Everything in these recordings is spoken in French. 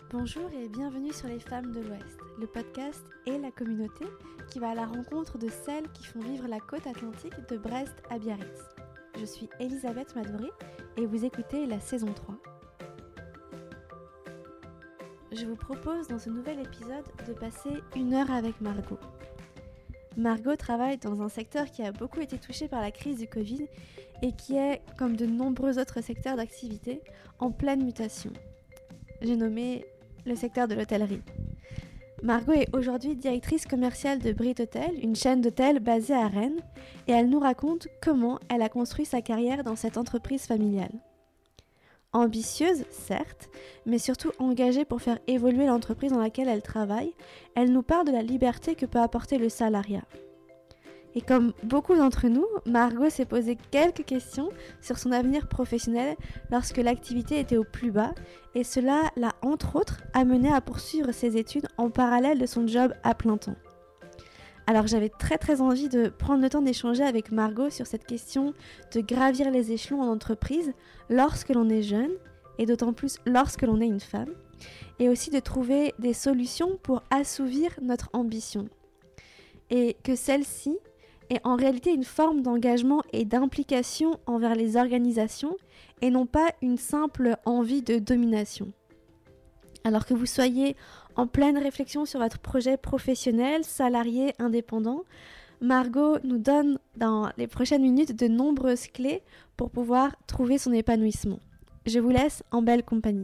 Bonjour et bienvenue sur Les Femmes de l'Ouest, le podcast et la communauté qui va à la rencontre de celles qui font vivre la côte atlantique de Brest à Biarritz. Je suis Elisabeth Madoury et vous écoutez la saison 3. Je vous propose dans ce nouvel épisode de passer 1 heure avec Margot. Margot travaille dans un secteur qui a beaucoup été touché par la crise du Covid et qui est, comme de nombreux autres secteurs d'activité, en pleine mutation. J'ai nommé le secteur de l'hôtellerie. Margot est aujourd'hui directrice commerciale de Brit Hotel, une chaîne d'hôtels basée à Rennes, et elle nous raconte comment elle a construit sa carrière dans cette entreprise familiale. Ambitieuse, certes, mais surtout engagée pour faire évoluer l'entreprise dans laquelle elle travaille, elle nous parle de la liberté que peut apporter le salariat. Et comme beaucoup d'entre nous, Margot s'est posé quelques questions sur son avenir professionnel lorsque l'activité était au plus bas, et cela l'a entre autres amenée à poursuivre ses études en parallèle de son job à plein temps. Alors j'avais très envie de prendre le temps d'échanger avec Margot sur cette question de gravir les échelons en entreprise lorsque l'on est jeune, et d'autant plus lorsque l'on est une femme, et aussi de trouver des solutions pour assouvir notre ambition. Et que celle-ci est en réalité une forme d'engagement et d'implication envers les organisations, et non pas une simple envie de domination. Alors que vous soyez en pleine réflexion sur votre projet professionnel, salarié, indépendant, Margot nous donne dans les prochaines minutes de nombreuses clés pour pouvoir trouver son épanouissement. Je vous laisse en belle compagnie.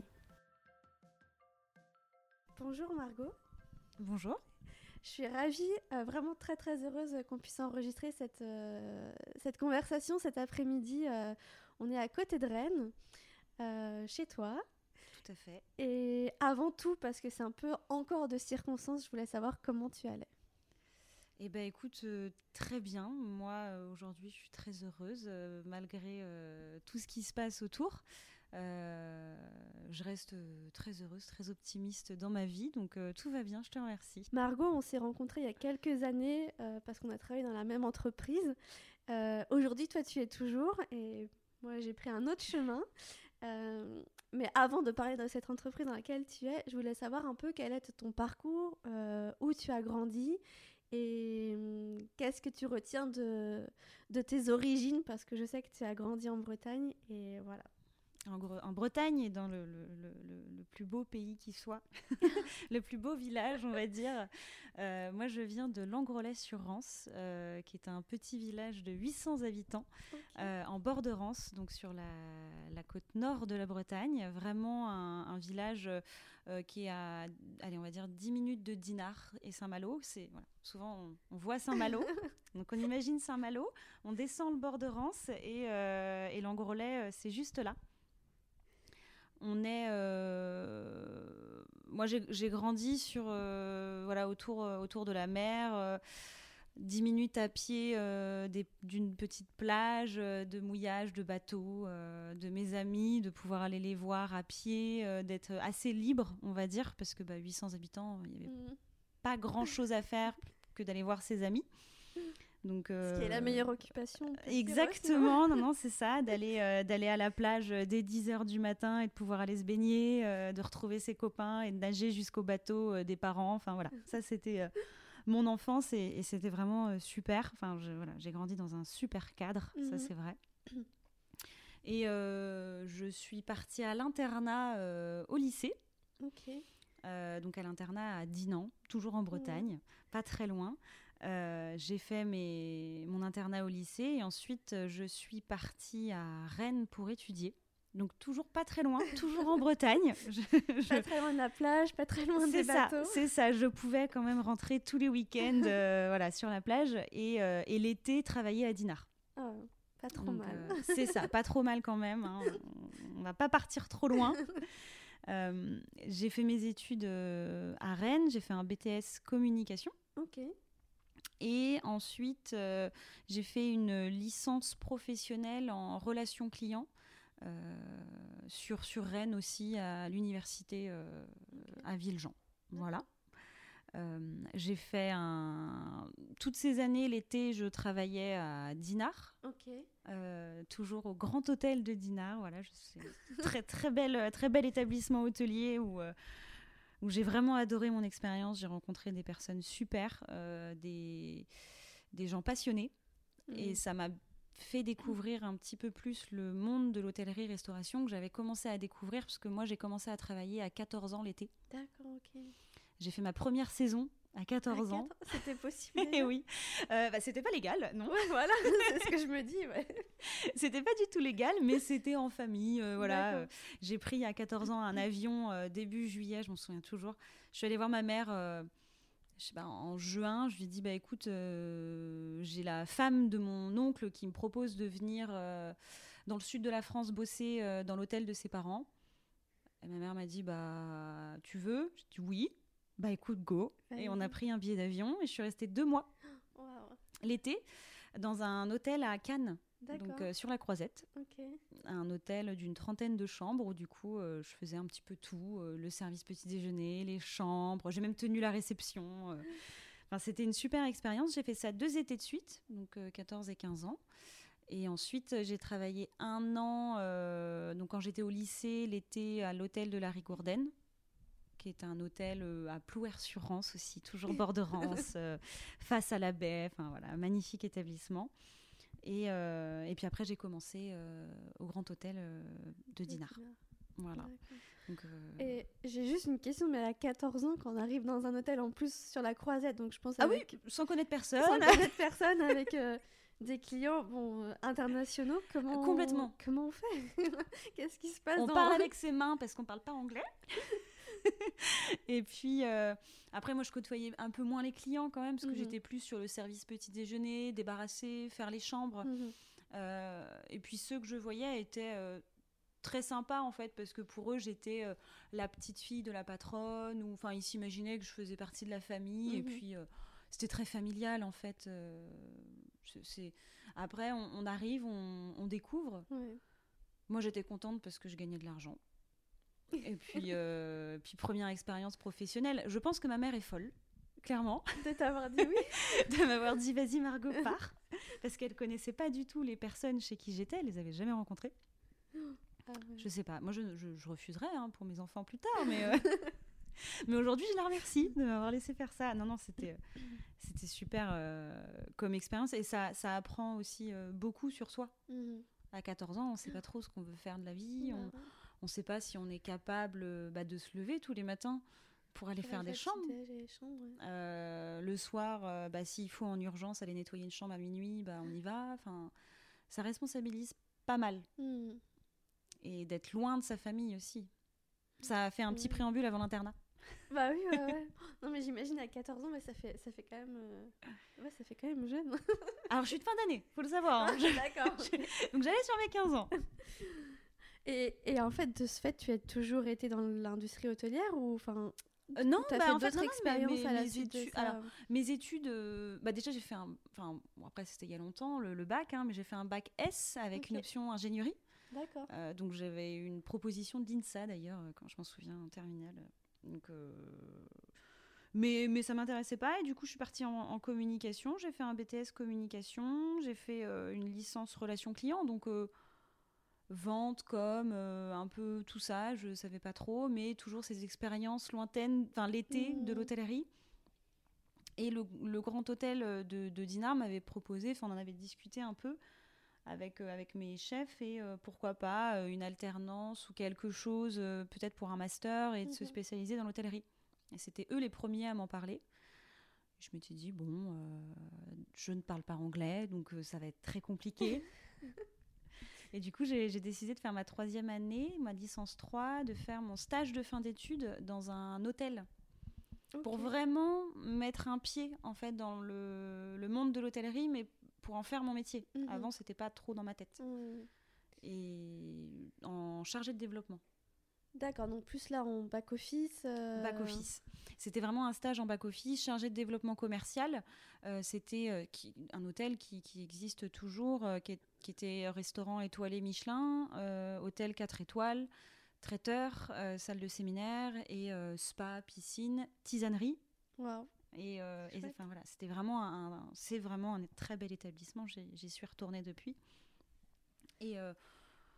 Bonjour Margot. Bonjour. Je suis ravie, vraiment très heureuse qu'on puisse enregistrer cette conversation cet après-midi. On est à côté de Rennes, chez toi. Tout à fait. Et avant tout, parce que c'est un peu encore de circonstances, je voulais savoir comment tu allais. Eh bien, écoute, très bien. Moi, aujourd'hui, je suis très heureuse, malgré tout ce qui se passe autour. Je reste très heureuse, très optimiste dans ma vie, donc tout va bien, je te remercie. Margot, on s'est rencontrés il y a quelques années parce qu'on a travaillé dans la même entreprise. Aujourd'hui, toi, tu es toujours, et moi, j'ai pris un autre chemin. Mais avant de parler de cette entreprise dans laquelle tu es, je voulais savoir un peu quel est ton parcours, où tu as grandi et qu'est-ce que tu retiens de tes origines, parce que je sais que tu as grandi en Bretagne et voilà. En Bretagne et dans le plus beau pays qui soit, le plus beau village, on va dire. Moi, je viens de Langrolais-sur-Rance, qui est un petit village de 800 habitants, en bord de Rance, donc sur la côte nord de la Bretagne. Vraiment un village qui est à, allez, on va dire 10 minutes de Dinard et Saint-Malo. Voilà, souvent, on voit Saint-Malo, donc on imagine Saint-Malo. On descend le bord de Rance et Langrolais, c'est juste là. Moi, j'ai grandi autour de la mer, 10 minutes à pied d'une petite plage, de mouillage, de bateau, de mes amis, de pouvoir aller les voir à pied, d'être assez libre, on va dire, parce que 800 habitants, il n'y avait pas grand-chose à faire que d'aller voir ses amis. Donc, ce qui est la meilleure occupation. Exactement, non, c'est ça, d'aller à la plage dès 10h du matin et de pouvoir aller se baigner, de retrouver ses copains et de nager jusqu'au bateau des parents. Enfin voilà, ça c'était mon enfance et c'était vraiment super. Enfin, j'ai grandi dans un super cadre, ça c'est vrai. Et je suis partie à l'internat au lycée. Ok. Donc à l'internat à Dinan, toujours en Bretagne, pas très loin. J'ai fait mon internat au lycée et ensuite je suis partie à Rennes pour étudier. Donc toujours pas très loin, toujours en Bretagne. Pas très loin de la plage, pas très loin des bateaux. C'est ça, je pouvais quand même rentrer tous les week-ends sur la plage et l'été travailler à Dinard. Oh, pas trop mal. C'est ça, pas trop mal quand même. Hein. On va pas partir trop loin. J'ai fait mes études à Rennes, j'ai fait un BTS communication. Ok. Et ensuite, j'ai fait une licence professionnelle en relations clients sur Rennes aussi, à l'université à Villejean. Voilà. J'ai fait toutes ces années, l'été, je travaillais à Dinard. Ok. Toujours au Grand Hôtel de Dinard. Voilà, très bel établissement hôtelier où où j'ai vraiment adoré mon expérience. J'ai rencontré des personnes super, des gens passionnés. Et ça m'a fait découvrir un petit peu plus le monde de l'hôtellerie-restauration que j'avais commencé à découvrir, parce que moi, j'ai commencé à travailler à 14 ans l'été. D'accord, ok. J'ai fait ma première saison à 14 ans. C'était possible. Et oui. C'était pas légal, non. Ouais, voilà, c'est ce que je me dis. Ouais. C'était pas du tout légal, mais c'était en famille. Voilà. J'ai pris à 14 ans un avion début juillet, je m'en souviens toujours. Je suis allée voir ma mère je sais pas, en juin. Je lui ai dit écoute, j'ai la femme de mon oncle qui me propose de venir dans le sud de la France bosser dans l'hôtel de ses parents. Et ma mère m'a dit tu veux? J'ai dit oui. Écoute, go. Et on a pris un billet d'avion et je suis restée 2 mois l'été dans un hôtel à Cannes, donc sur la Croisette. Un hôtel d'une 30aine de chambres où du coup je faisais un petit peu tout, le service petit déjeuner, les chambres, j'ai même tenu la réception. Enfin, c'était une super expérience. J'ai fait ça 2 étés de suite, donc 14 et 15 ans. Et ensuite, j'ai travaillé 1 an, donc quand j'étais au lycée, l'été à l'hôtel de la Rigourdaine, qui est un hôtel à Plouer-sur-Rance aussi, toujours bord de Rance, face à la baie, enfin voilà, magnifique établissement. Et puis après, j'ai commencé au Grand Hôtel de Dinard. Voilà. Donc, Et j'ai juste une question, mais à 14 ans, quand on arrive dans un hôtel en plus sur la Croisette, donc je pense oui, sans connaître personne. Sans connaître personne, avec des clients internationaux, Complètement. Comment on fait? Qu'est-ce qui se passe? On parle avec ses mains parce qu'on parle pas anglais. Et puis après, moi je côtoyais un peu moins les clients quand même, parce que j'étais plus sur le service petit déjeuner, débarrasser, faire les chambres. Et puis ceux que je voyais étaient très sympas en fait, parce que pour eux j'étais la petite fille de la patronne, ou enfin ils s'imaginaient que je faisais partie de la famille. Et puis c'était très familial en fait. Après on arrive, on découvre. Moi j'étais contente parce que je gagnais de l'argent. Et puis, première expérience professionnelle. Je pense que ma mère est folle, clairement. De t'avoir dit oui. De m'avoir dit vas-y Margot, pars. Parce qu'elle connaissait pas du tout les personnes chez qui j'étais, elle les avait jamais rencontrées. Je sais pas, moi je refuserais pour mes enfants plus tard, mais aujourd'hui je la remercie de m'avoir laissé faire ça. Non, c'était super comme expérience, et ça apprend aussi beaucoup sur soi. À 14 ans, on sait pas trop ce qu'on veut faire de la vie. On ne sait pas si on est capable de se lever tous les matins pour aller faire des chambres. Le soir, s'il faut en urgence aller nettoyer une chambre à minuit, on y va. Enfin, ça responsabilise pas mal. Et d'être loin de sa famille aussi. Ça a fait un petit préambule avant l'internat. Oui, ouais. Non, mais j'imagine à 14 ans, ça fait quand même... ça fait quand même jeune. Alors, je suis de fin d'année, faut le savoir. D'accord. Donc, j'allais sur mes 15 ans. Et en fait, de ce fait, tu as toujours été dans l'industrie hôtelière, ou non, tu as fait d'autres expériences à la suite de ça? Alors, mes études, déjà j'ai fait après c'était il y a longtemps, le bac, mais j'ai fait un bac S avec une option ingénierie. D'accord. Donc j'avais une proposition d'INSA d'ailleurs, quand je m'en souviens, en terminale. Donc, mais ça m'intéressait pas, et du coup je suis partie en communication. J'ai fait un BTS communication, j'ai fait une licence relations clients, donc vente, com, un peu tout ça, je savais pas trop, mais toujours ces expériences lointaines, l'été de l'hôtellerie. Et le grand hôtel de Dinard m'avait proposé, on en avait discuté un peu avec mes chefs, et pourquoi pas une alternance ou quelque chose, peut-être pour un master, et de se spécialiser dans l'hôtellerie. Et c'était eux les premiers à m'en parler. Je m'étais dit, je ne parle pas anglais, donc ça va être très compliqué. Et du coup, j'ai décidé de faire ma 3e année, ma licence 3, de faire mon stage de fin d'études dans un hôtel. Pour vraiment mettre un pied en fait dans le monde de l'hôtellerie, mais pour en faire mon métier. Avant, c'était pas trop dans ma tête. Et en chargée de développement. D'accord, donc plus là en back-office. Back-office. C'était vraiment un stage en back-office, chargé de développement commercial. C'était un hôtel qui existe toujours, qui était restaurant étoilé Michelin, hôtel 4 étoiles, traiteur, salle de séminaire, et spa, piscine, tisanerie. Wow. Et voilà, c'était vraiment c'est vraiment un très bel établissement. J'y suis retournée depuis. Et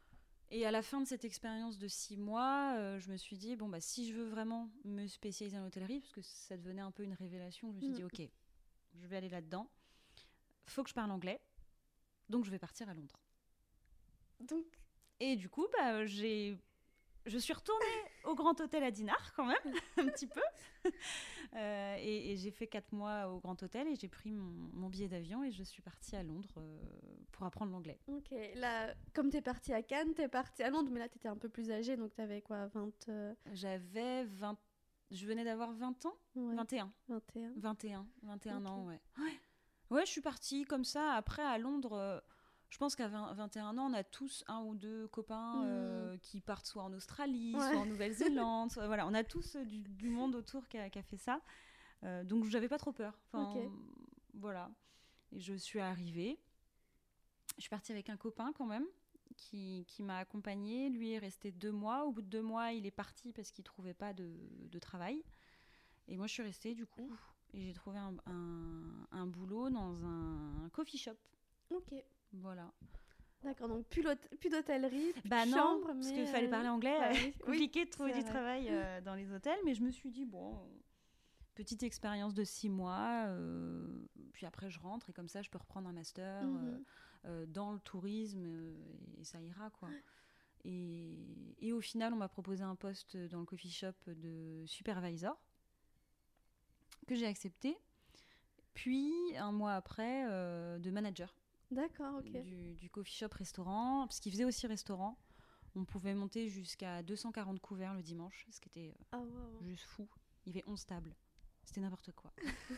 Et à la fin de cette expérience de 6 mois, je me suis dit, bon, bah, si je veux vraiment me spécialiser en hôtellerie, parce que ça devenait un peu une révélation, je me suis dit, ok, je vais aller là-dedans. Faut que je parle anglais. Donc, je vais partir à Londres. Donc... Et du coup, bah, je suis retournée au Grand Hôtel à Dinard, quand même, un petit peu. Et j'ai fait 4 mois au Grand Hôtel et j'ai pris mon billet d'avion et je suis partie à Londres pour apprendre l'anglais. Ok, là, comme t'es partie à Cannes, t'es partie à Londres, mais là, t'étais un peu plus âgée, donc t'avais quoi, 20... J'avais 20... Je venais d'avoir 20 ans, ouais. 21 okay. ans, ouais. Ouais, je suis partie comme ça. Après, à Londres... Je pense qu'à 21 ans, on a tous un ou deux copains qui partent soit en Australie, soit en Nouvelle-Zélande. Voilà, on a tous du monde autour qui a fait ça. Donc, je n'avais pas trop peur. Enfin, voilà. Et je suis arrivée. Je suis partie avec un copain quand même qui m'a accompagnée. Lui est resté 2 mois. Au bout de 2 mois, il est parti parce qu'il ne trouvait pas de travail. Et moi, je suis restée du coup. Et j'ai trouvé un boulot dans un coffee shop. Ok. Voilà. D'accord, donc plus d'hôtellerie, plus de non, chambre. Parce qu'il fallait parler anglais. Compliqué de trouver du vrai. travail dans les hôtels. Mais je me suis dit, bon, petite expérience de 6 mois. Puis après, je rentre et comme ça, je peux reprendre un master dans le tourisme et ça ira, quoi. Et au final, on m'a proposé un poste dans le coffee shop de supervisor que j'ai accepté. Puis, un mois après, de manager. D'accord, ok. Du coffee shop restaurant, parce qu'il faisait aussi restaurant. On pouvait monter jusqu'à 240 couverts le dimanche, ce qui était juste fou. Il y avait 11 tables. C'était n'importe quoi.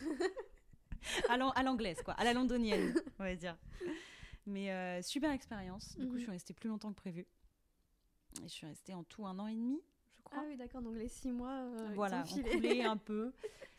à l'anglaise, quoi. À la londonienne, on va dire. Mais super expérience. Du coup, je suis restée plus longtemps que prévu. Et je suis restée en tout 1 an et demi, je crois. Ah oui, d'accord. Donc les 6 mois, voilà, on coulait un peu.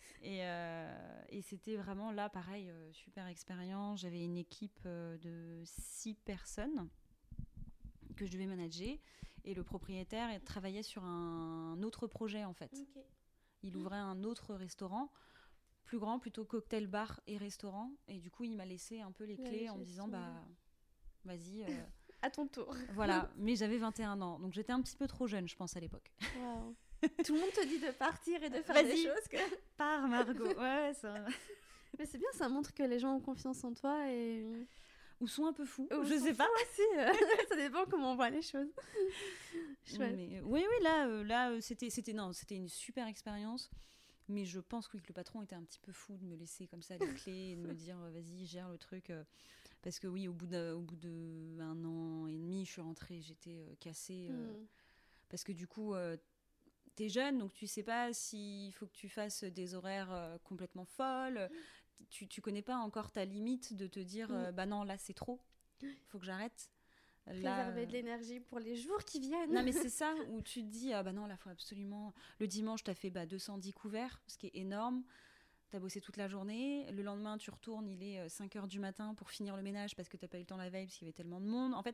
Et c'était vraiment là, pareil, super expérience. J'avais une équipe de 6 personnes que je devais manager. Et le propriétaire travaillait sur un autre projet, en fait. Okay. Il ouvrait un autre restaurant, plus grand, plutôt cocktail bar et restaurant. Et du coup, il m'a laissé un peu les clés en me disant, bah, vas-y. À ton tour. Voilà, mais j'avais 21 ans. Donc j'étais un petit peu trop jeune, je pense, à l'époque. Wow. Tout le monde te dit de partir et de faire des choses que... Pars, Margot. Ouais, ça... Mais c'est bien, ça montre que les gens ont confiance en toi et... Ou sont un peu fous, je sais pas. Aussi, ça dépend comment on voit les choses. Chouette. Mais, oui, là c'était une super expérience. Mais je pense que le patron était un petit peu fou de me laisser comme ça les clés et de me dire vas-y, gère le truc. Parce que oui, au bout de 1 an et demi, je suis rentrée, j'étais cassée. Parce que du coup... t'es jeune, donc tu sais pas s'il faut que tu fasses des horaires complètement folles. Tu connais pas encore ta limite de te dire bah non, là c'est trop, faut que j'arrête. Préserver de l'énergie pour les jours qui viennent. Non mais c'est ça, où tu te dis ah bah non, là faut absolument... Le dimanche t'as fait 210 couverts, ce qui est énorme. T'as bossé toute la journée, le lendemain tu retournes, il est 5h du matin pour finir le ménage parce que t'as pas eu le temps la veille parce qu'il y avait tellement de monde. En fait,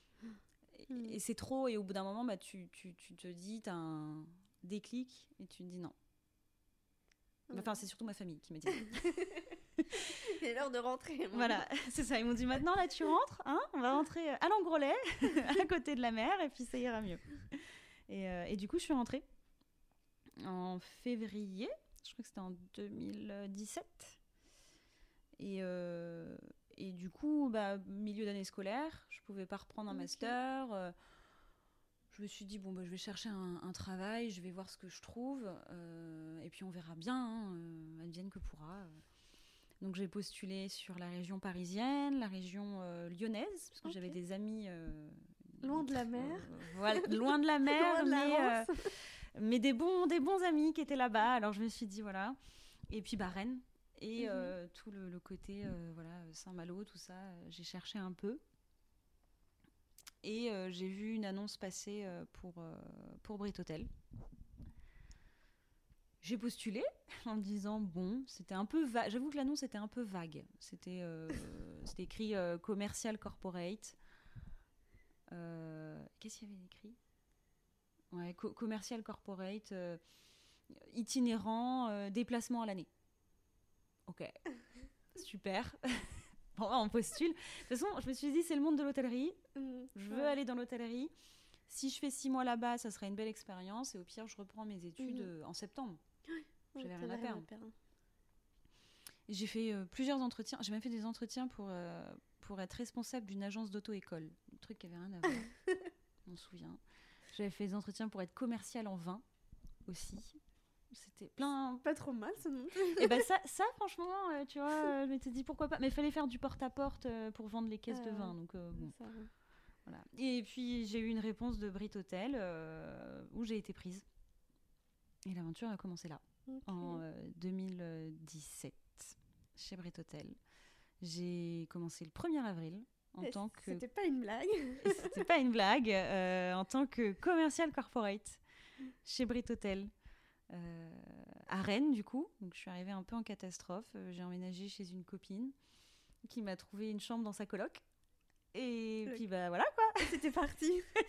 et c'est trop, et au bout d'un moment tu te dis, t'as un déclic et tu te dis non. Enfin, c'est surtout ma famille qui m'a dit. C'est l'heure de rentrer. Voilà, c'est ça. Ils m'ont dit maintenant, là, tu rentres, hein, on va rentrer à Langrolais, à côté de la mer, et puis ça ira mieux. Et du coup, je suis rentrée en février, je crois que c'était en 2017. Et du coup, milieu d'année scolaire, je pouvais pas reprendre un master. Je me suis dit, bon, je vais chercher un travail, je vais voir ce que je trouve, et puis on verra bien, advienne que pourra. Donc j'ai postulé sur la région parisienne, la région lyonnaise, parce que j'avais des amis... loin de la mer. Voilà, loin de la mer, loin de mais des bons amis qui étaient là-bas. Alors je me suis dit, voilà. Et puis Rennes, et tout le côté Saint-Malo, tout ça, j'ai cherché un peu. Et j'ai vu une annonce passer pour Brit Hotel. J'ai postulé en me disant, bon, c'était un peu vague. J'avoue que l'annonce était un peu vague. C'était écrit commercial corporate. Qu'est-ce qu'il y avait écrit ? Ouais, commercial corporate, itinérant, déplacement à l'année. Ok, super. Bon, on postule. De toute façon, je me suis dit, c'est le monde de l'hôtellerie. Je veux aller dans l'hôtellerie. Si je fais 6 mois là-bas, ça serait une belle expérience. Et au pire, je reprends mes études en septembre. J'avais rien à perdre. J'ai fait plusieurs entretiens. J'ai même fait des entretiens pour être responsable d'une agence d'auto-école. Un truc qui avait rien à voir. On me souvient. J'avais fait des entretiens pour être commerciale en vin aussi. C'était plein. Pas trop mal, ça non. Et ben ça franchement, tu vois, je m'étais dit pourquoi pas. Mais il fallait faire du porte-à-porte pour vendre les caisses de vin. Donc bon. Ça, ouais. Voilà. Et puis j'ai eu une réponse de Brit Hotel où j'ai été prise. Et l'aventure a commencé là, en 2017, chez Brit Hotel. J'ai commencé le 1er avril en tant que... C'était pas une blague. C'était pas une blague, en tant que commercial corporate chez Brit Hotel. À Rennes, du coup. Donc je suis arrivée un peu en catastrophe. J'ai emménagé chez une copine qui m'a trouvé une chambre dans sa coloc. Et puis bah voilà quoi. C'était parti.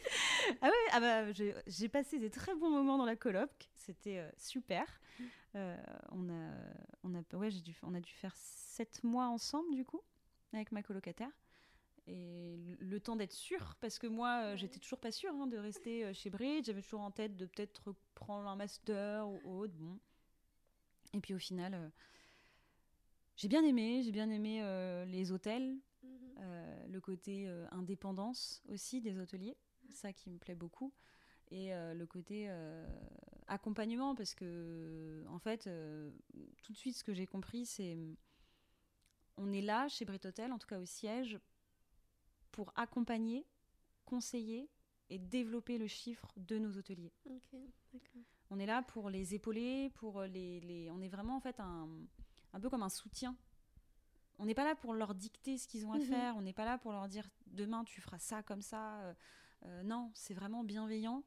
J'ai passé des très bons moments dans la coloc. C'était super. On a dû faire 7 mois ensemble du coup avec ma colocataire. Et le temps d'être sûre, parce que moi j'étais toujours pas sûre de rester chez Bridge. J'avais toujours en tête de peut-être prendre un master ou autre. Bon. Et puis au final, j'ai bien aimé les hôtels. Le côté indépendance aussi des hôteliers, ça qui me plaît beaucoup, et le côté accompagnement, parce que en fait tout de suite ce que j'ai compris, c'est on est là chez Brit Hotel, en tout cas au siège, pour accompagner, conseiller et développer le chiffre de nos hôteliers. Ok, d'accord. On est là pour les épauler, pour on est vraiment en fait un peu comme un soutien. On n'est pas là pour leur dicter ce qu'ils ont à faire. On n'est pas là pour leur dire demain tu feras ça comme ça. Non, c'est vraiment bienveillant.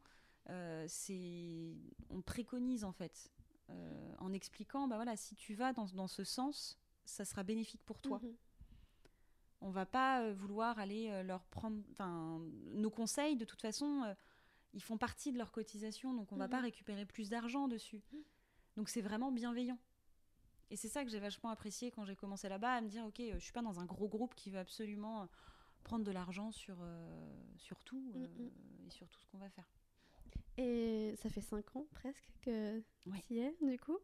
On préconise en fait en expliquant voilà, si tu vas dans ce sens, ça sera bénéfique pour toi. On va pas vouloir aller leur prendre. Nos conseils, de toute façon, ils font partie de leur cotisation, donc on va pas récupérer plus d'argent dessus. Donc c'est vraiment bienveillant. Et c'est ça que j'ai vachement apprécié quand j'ai commencé là-bas, à me dire, ok, je suis pas dans un gros groupe qui veut absolument prendre de l'argent sur tout et sur tout ce qu'on va faire. Et ça fait 5 ans presque que tu y es, du coup.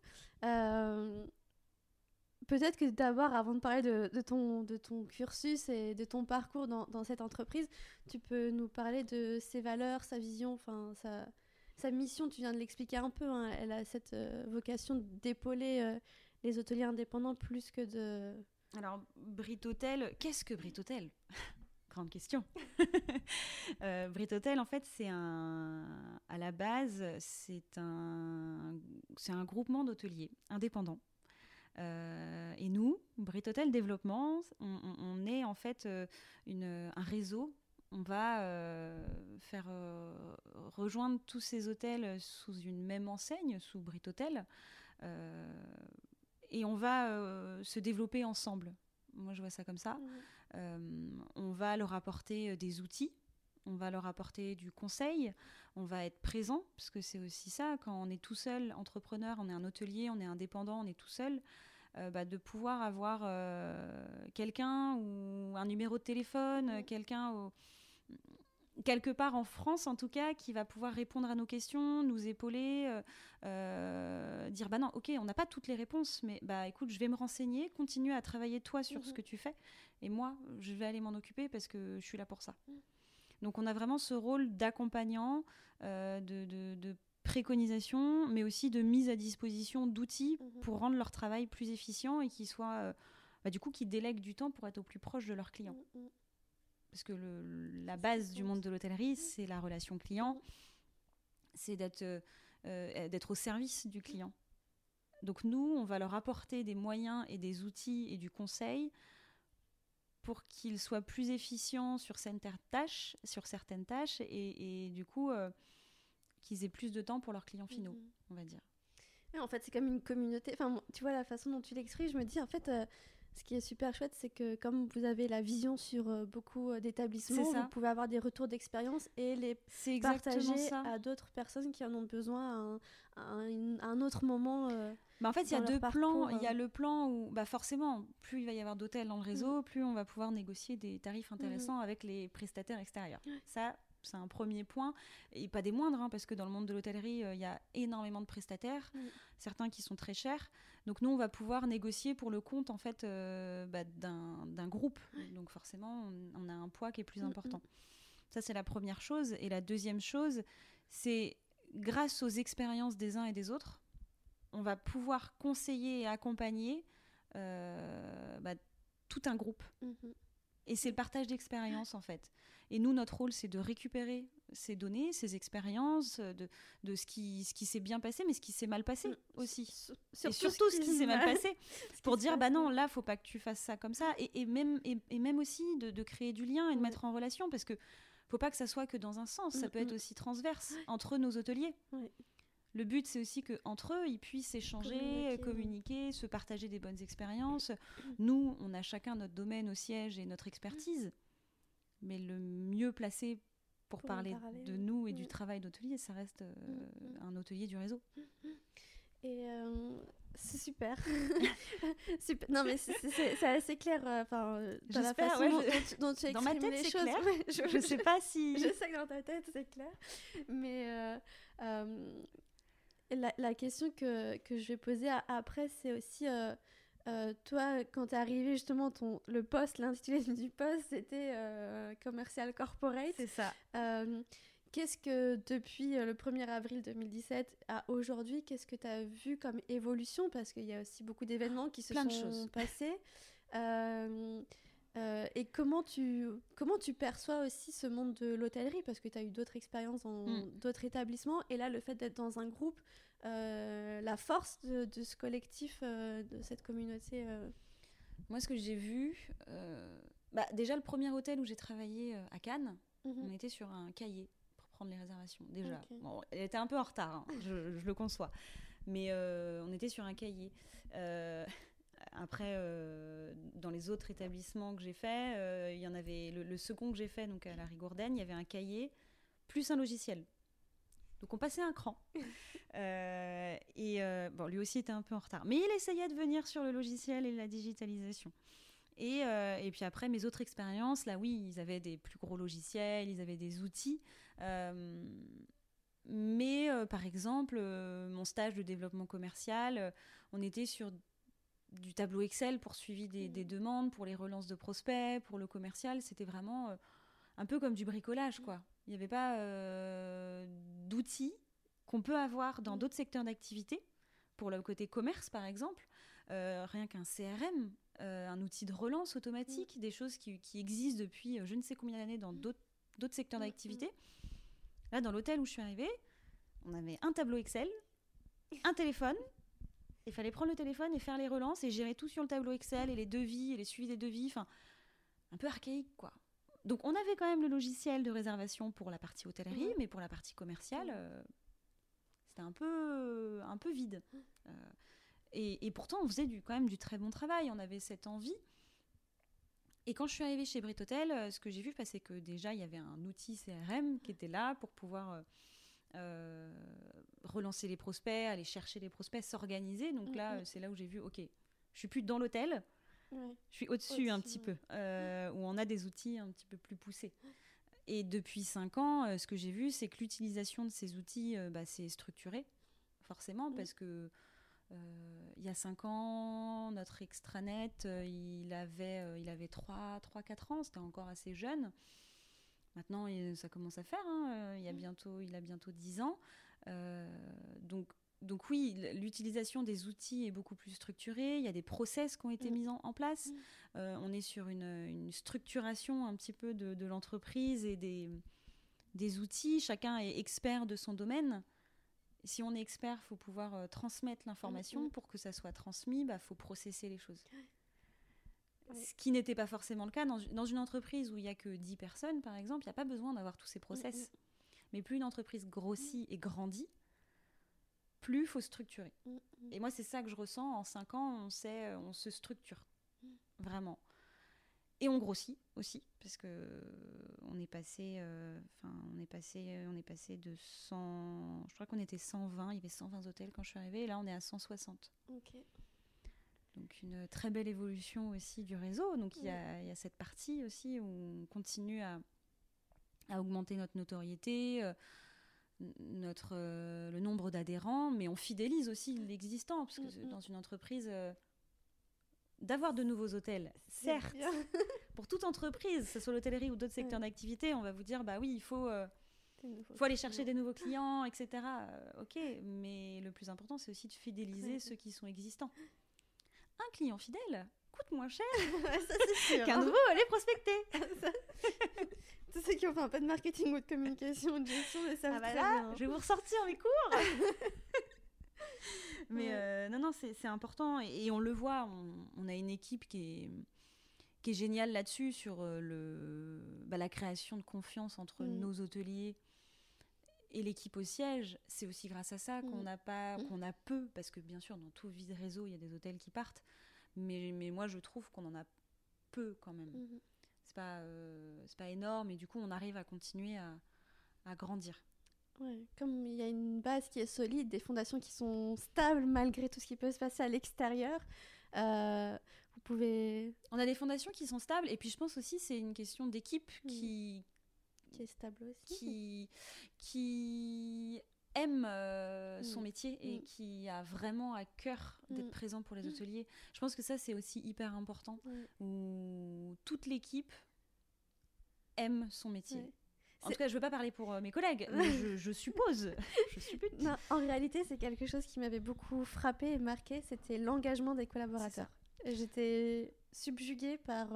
Peut-être que d'abord, avant de parler de ton cursus et de ton parcours dans cette entreprise, tu peux nous parler de ses valeurs, sa vision, sa mission. Tu viens de l'expliquer un peu, hein. Elle a cette vocation d'épauler les hôteliers indépendants plus que de... Alors, Brit Hotel, qu'est-ce que Brit Hotel ? Grande question. Brit Hotel, en fait, à la base, c'est un groupement d'hôteliers indépendants. Et nous, Brit Hotel Développement, on est en fait un réseau. On va faire rejoindre tous ces hôtels sous une même enseigne, sous Brit Hotel. Et on va se développer ensemble. Moi, je vois ça comme ça. On va leur apporter des outils, on va leur apporter du conseil, on va être présent, parce que c'est aussi ça, quand on est tout seul, entrepreneur, on est un hôtelier, on est indépendant, on est tout seul, de pouvoir avoir quelqu'un ou un numéro de téléphone, quelqu'un quelque part en France en tout cas, qui va pouvoir répondre à nos questions, nous épauler, dire non, ok, on n'a pas toutes les réponses, mais écoute, je vais me renseigner, continue à travailler toi sur ce que tu fais, et moi je vais aller m'en occuper parce que je suis là pour ça. Donc on a vraiment ce rôle d'accompagnant, de préconisation, mais aussi de mise à disposition d'outils pour rendre leur travail plus efficient et qu'ils soient du coup qu'ils délèguent du temps pour être au plus proche de leurs clients. Parce que la base du monde de l'hôtellerie, c'est la relation client, c'est d'être au service du client. Donc nous, on va leur apporter des moyens et des outils et du conseil pour qu'ils soient plus efficients sur certaines tâches et du coup, qu'ils aient plus de temps pour leurs clients finaux, on va dire. Ouais, en fait, c'est comme une communauté. Enfin, tu vois, la façon dont tu l'exprimes, je me dis, en fait... ce qui est super chouette, c'est que comme vous avez la vision sur beaucoup d'établissements, vous pouvez avoir des retours d'expérience et les partager à d'autres personnes qui en ont besoin à un autre moment. En fait, il y a deux plans. Il y a le plan où, forcément, plus il va y avoir d'hôtels dans le réseau, plus on va pouvoir négocier des tarifs intéressants avec les prestataires extérieurs. Ça, c'est un premier point, et pas des moindres, hein, parce que dans le monde de l'hôtellerie, il y a énormément de prestataires, certains qui sont très chers. Donc nous, on va pouvoir négocier pour le compte en fait, d'un groupe. Donc forcément, on a un poids qui est plus important. Ça, c'est la première chose. Et la deuxième chose, c'est grâce aux expériences des uns et des autres, on va pouvoir conseiller et accompagner tout un groupe. Et c'est le partage d'expériences, en fait. Et nous, notre rôle, c'est de récupérer ces données, ces expériences, de ce qui s'est bien passé, mais ce qui s'est mal passé aussi. Et surtout ce qui s'est mal passé. Pour dire, non, là, il ne faut pas que tu fasses ça comme ça. Et même aussi de créer du lien et de mettre en relation, parce qu'il ne faut pas que ça soit que dans un sens. Ça peut être aussi transverse entre nos hôteliers. Le but, c'est aussi qu'entre eux, ils puissent échanger, communiquer, se partager des bonnes expériences. Nous, on a chacun notre domaine au siège et notre expertise. Mais le mieux placé pour parler de nous et du travail d'hôtelier, ça reste un hôtelier du réseau. Et c'est super. Super. Non, mais c'est assez clair. Dans la façon dont tu exprimes dans ma tête, les c'est choses. Clair. Ouais, je sais pas si... Je sais que dans ta tête, c'est clair. Mais la question que je vais poser après, c'est aussi... toi, quand t'es arrivé, justement, le poste, l'intitulé du poste, c'était commercial corporate. C'est ça. Qu'est-ce que, depuis le 1er avril 2017 à aujourd'hui, qu'est-ce que tu as vu comme évolution? Parce qu'il y a aussi beaucoup d'événements qui se sont passés. Et comment tu perçois aussi ce monde de l'hôtellerie? Parce que tu as eu d'autres expériences dans d'autres établissements. Et là, le fait d'être dans un groupe, la force de ce collectif, de cette communauté. Moi, ce que j'ai vu... déjà, le premier hôtel où j'ai travaillé à Cannes, on était sur un cahier pour prendre les réservations. Déjà, bon, elle était un peu en retard, hein, je le conçois. Mais on était sur un cahier. Après, dans les autres établissements que j'ai fait, il y en avait le second que j'ai fait, donc à la Rigourdaine, il y avait un cahier plus un logiciel. Donc on passait un cran. Lui aussi était un peu en retard. Mais il essayait de venir sur le logiciel et la digitalisation. Et puis après, mes autres expériences, là oui, ils avaient des plus gros logiciels, ils avaient des outils. Mais par exemple, mon stage de développement commercial, on était sur du tableau Excel pour suivi des demandes, pour les relances de prospects, pour le commercial. C'était vraiment un peu comme du bricolage, quoi. Il n'y avait pas d'outils qu'on peut avoir dans d'autres secteurs d'activité. Pour le côté commerce, par exemple, rien qu'un CRM, un outil de relance automatique, des choses qui existent depuis je ne sais combien d'années dans d'autres secteurs d'activité. Là, dans l'hôtel où je suis arrivée, on avait un tableau Excel, un téléphone. Il fallait prendre le téléphone et faire les relances et gérer tout sur le tableau Excel et les devis et les suivis des devis. Enfin, un peu archaïque, quoi. Donc, on avait quand même le logiciel de réservation pour la partie hôtellerie, mais pour la partie commerciale, c'était un peu vide. Et pourtant, on faisait quand même du très bon travail. On avait cette envie. Et quand je suis arrivée chez Brit Hotel, ce que j'ai vu, c'est que déjà, il y avait un outil CRM qui était là pour pouvoir relancer les prospects, aller chercher les prospects, s'organiser. Donc là, c'est là où j'ai vu, OK, je suis plus dans l'hôtel, je suis au-dessus un petit peu, où on a des outils un petit peu plus poussés. Et depuis 5 ans, ce que j'ai vu, c'est que l'utilisation de ces outils, c'est structuré, forcément, parce que il y a 5 ans, notre extranet, il avait 3-4 ans, c'était encore assez jeune. Maintenant, ça commence à faire, hein, il a bientôt 10 ans. Donc oui, l'utilisation des outils est beaucoup plus structurée, il y a des process qui ont été mis en place. On est sur une structuration un petit peu de l'entreprise et des outils. Chacun est expert de son domaine. Si on est expert, il faut pouvoir transmettre l'information. Pour que ça soit transmis, faut processer les choses. Ce qui n'était pas forcément le cas dans une entreprise où il n'y a que 10 personnes, par exemple, il n'y a pas besoin d'avoir tous ces process. Mais plus une entreprise grossit et grandit, plus il faut structurer. Et moi, c'est ça que je ressens. En 5 ans, on se structure. Vraiment. Et on grossit aussi, parce qu'on est passé, de 100... Je crois qu'on était 120, il y avait 120 hôtels quand je suis arrivée, et là, on est à 160. Donc, une très belle évolution aussi du réseau. Donc, il y a cette partie aussi où on continue à augmenter notre notoriété, le nombre d'adhérents, mais on fidélise aussi l'existant, parce que dans une entreprise, d'avoir de nouveaux hôtels, certes, pour toute entreprise, que ce soit l'hôtellerie ou d'autres secteurs d'activité, on va vous dire, bah oui, il faut aller chercher des nouveaux clients, etc. Ok, mais le plus important, c'est aussi de fidéliser ceux qui sont existants. Un client fidèle coûte moins cher ça, c'est sûr, qu'un nouveau aller prospecter. Tous ceux qui ont fait un peu de marketing ou de communication ou de gestion, mais ça très bien. Je vais vous ressortir mes cours. Mais non, c'est important. Et on le voit, on a une équipe qui est géniale là-dessus, sur la création de confiance entre nos hôteliers et l'équipe au siège. C'est aussi grâce à ça qu'on a peu, parce que bien sûr, dans tout vide réseau, il y a des hôtels qui partent. Mais moi, je trouve qu'on en a peu quand même. C'est pas énorme, et du coup, on arrive à continuer à grandir. Ouais, comme il y a une base qui est solide, des fondations qui sont stables malgré tout ce qui peut se passer à l'extérieur, vous pouvez... On a des fondations qui sont stables, et puis je pense aussi c'est une question d'équipe qui est stable aussi. Qui aime son métier et qui a vraiment à cœur d'être présent pour les hôteliers. Je pense que ça, c'est aussi hyper important, où toute l'équipe aime son métier. En tout cas, je ne veux pas parler pour mes collègues, mais je suppose. Je suppute. Non, en réalité, c'est quelque chose qui m'avait beaucoup frappée et marquée, c'était l'engagement des collaborateurs. J'étais subjuguée par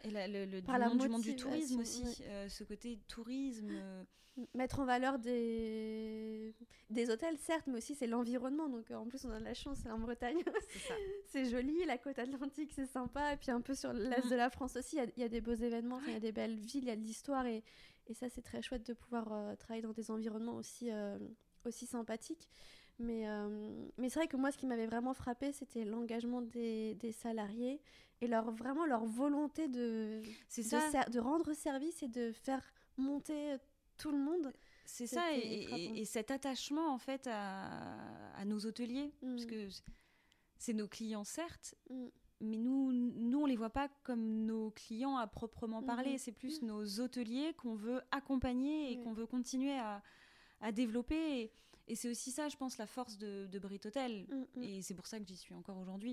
du monde du tourisme aussi, ce côté tourisme. Mettre en valeur des hôtels, certes, mais aussi c'est l'environnement. Donc en plus, on a de la chance, c'est en Bretagne. C'est ça. C'est joli, la côte atlantique, c'est sympa. Et puis un peu sur l'est de la France aussi, il y a des beaux événements, il y a des belles villes, il y a de l'histoire. Et ça, c'est très chouette de pouvoir travailler dans des environnements aussi sympathiques. Mais c'est vrai que moi, ce qui m'avait vraiment frappée, c'était l'engagement des salariés et vraiment leur volonté de rendre service et de faire monter tout le monde. C'est ça, et cet attachement en fait à nos hôteliers, parce que c'est nos clients certes, mais nous on les voit pas comme nos clients à proprement parler. C'est plus nos hôteliers qu'on veut accompagner et qu'on veut continuer à développer. Et c'est aussi ça, je pense, la force de Brit Hotel. Et c'est pour ça que j'y suis encore aujourd'hui.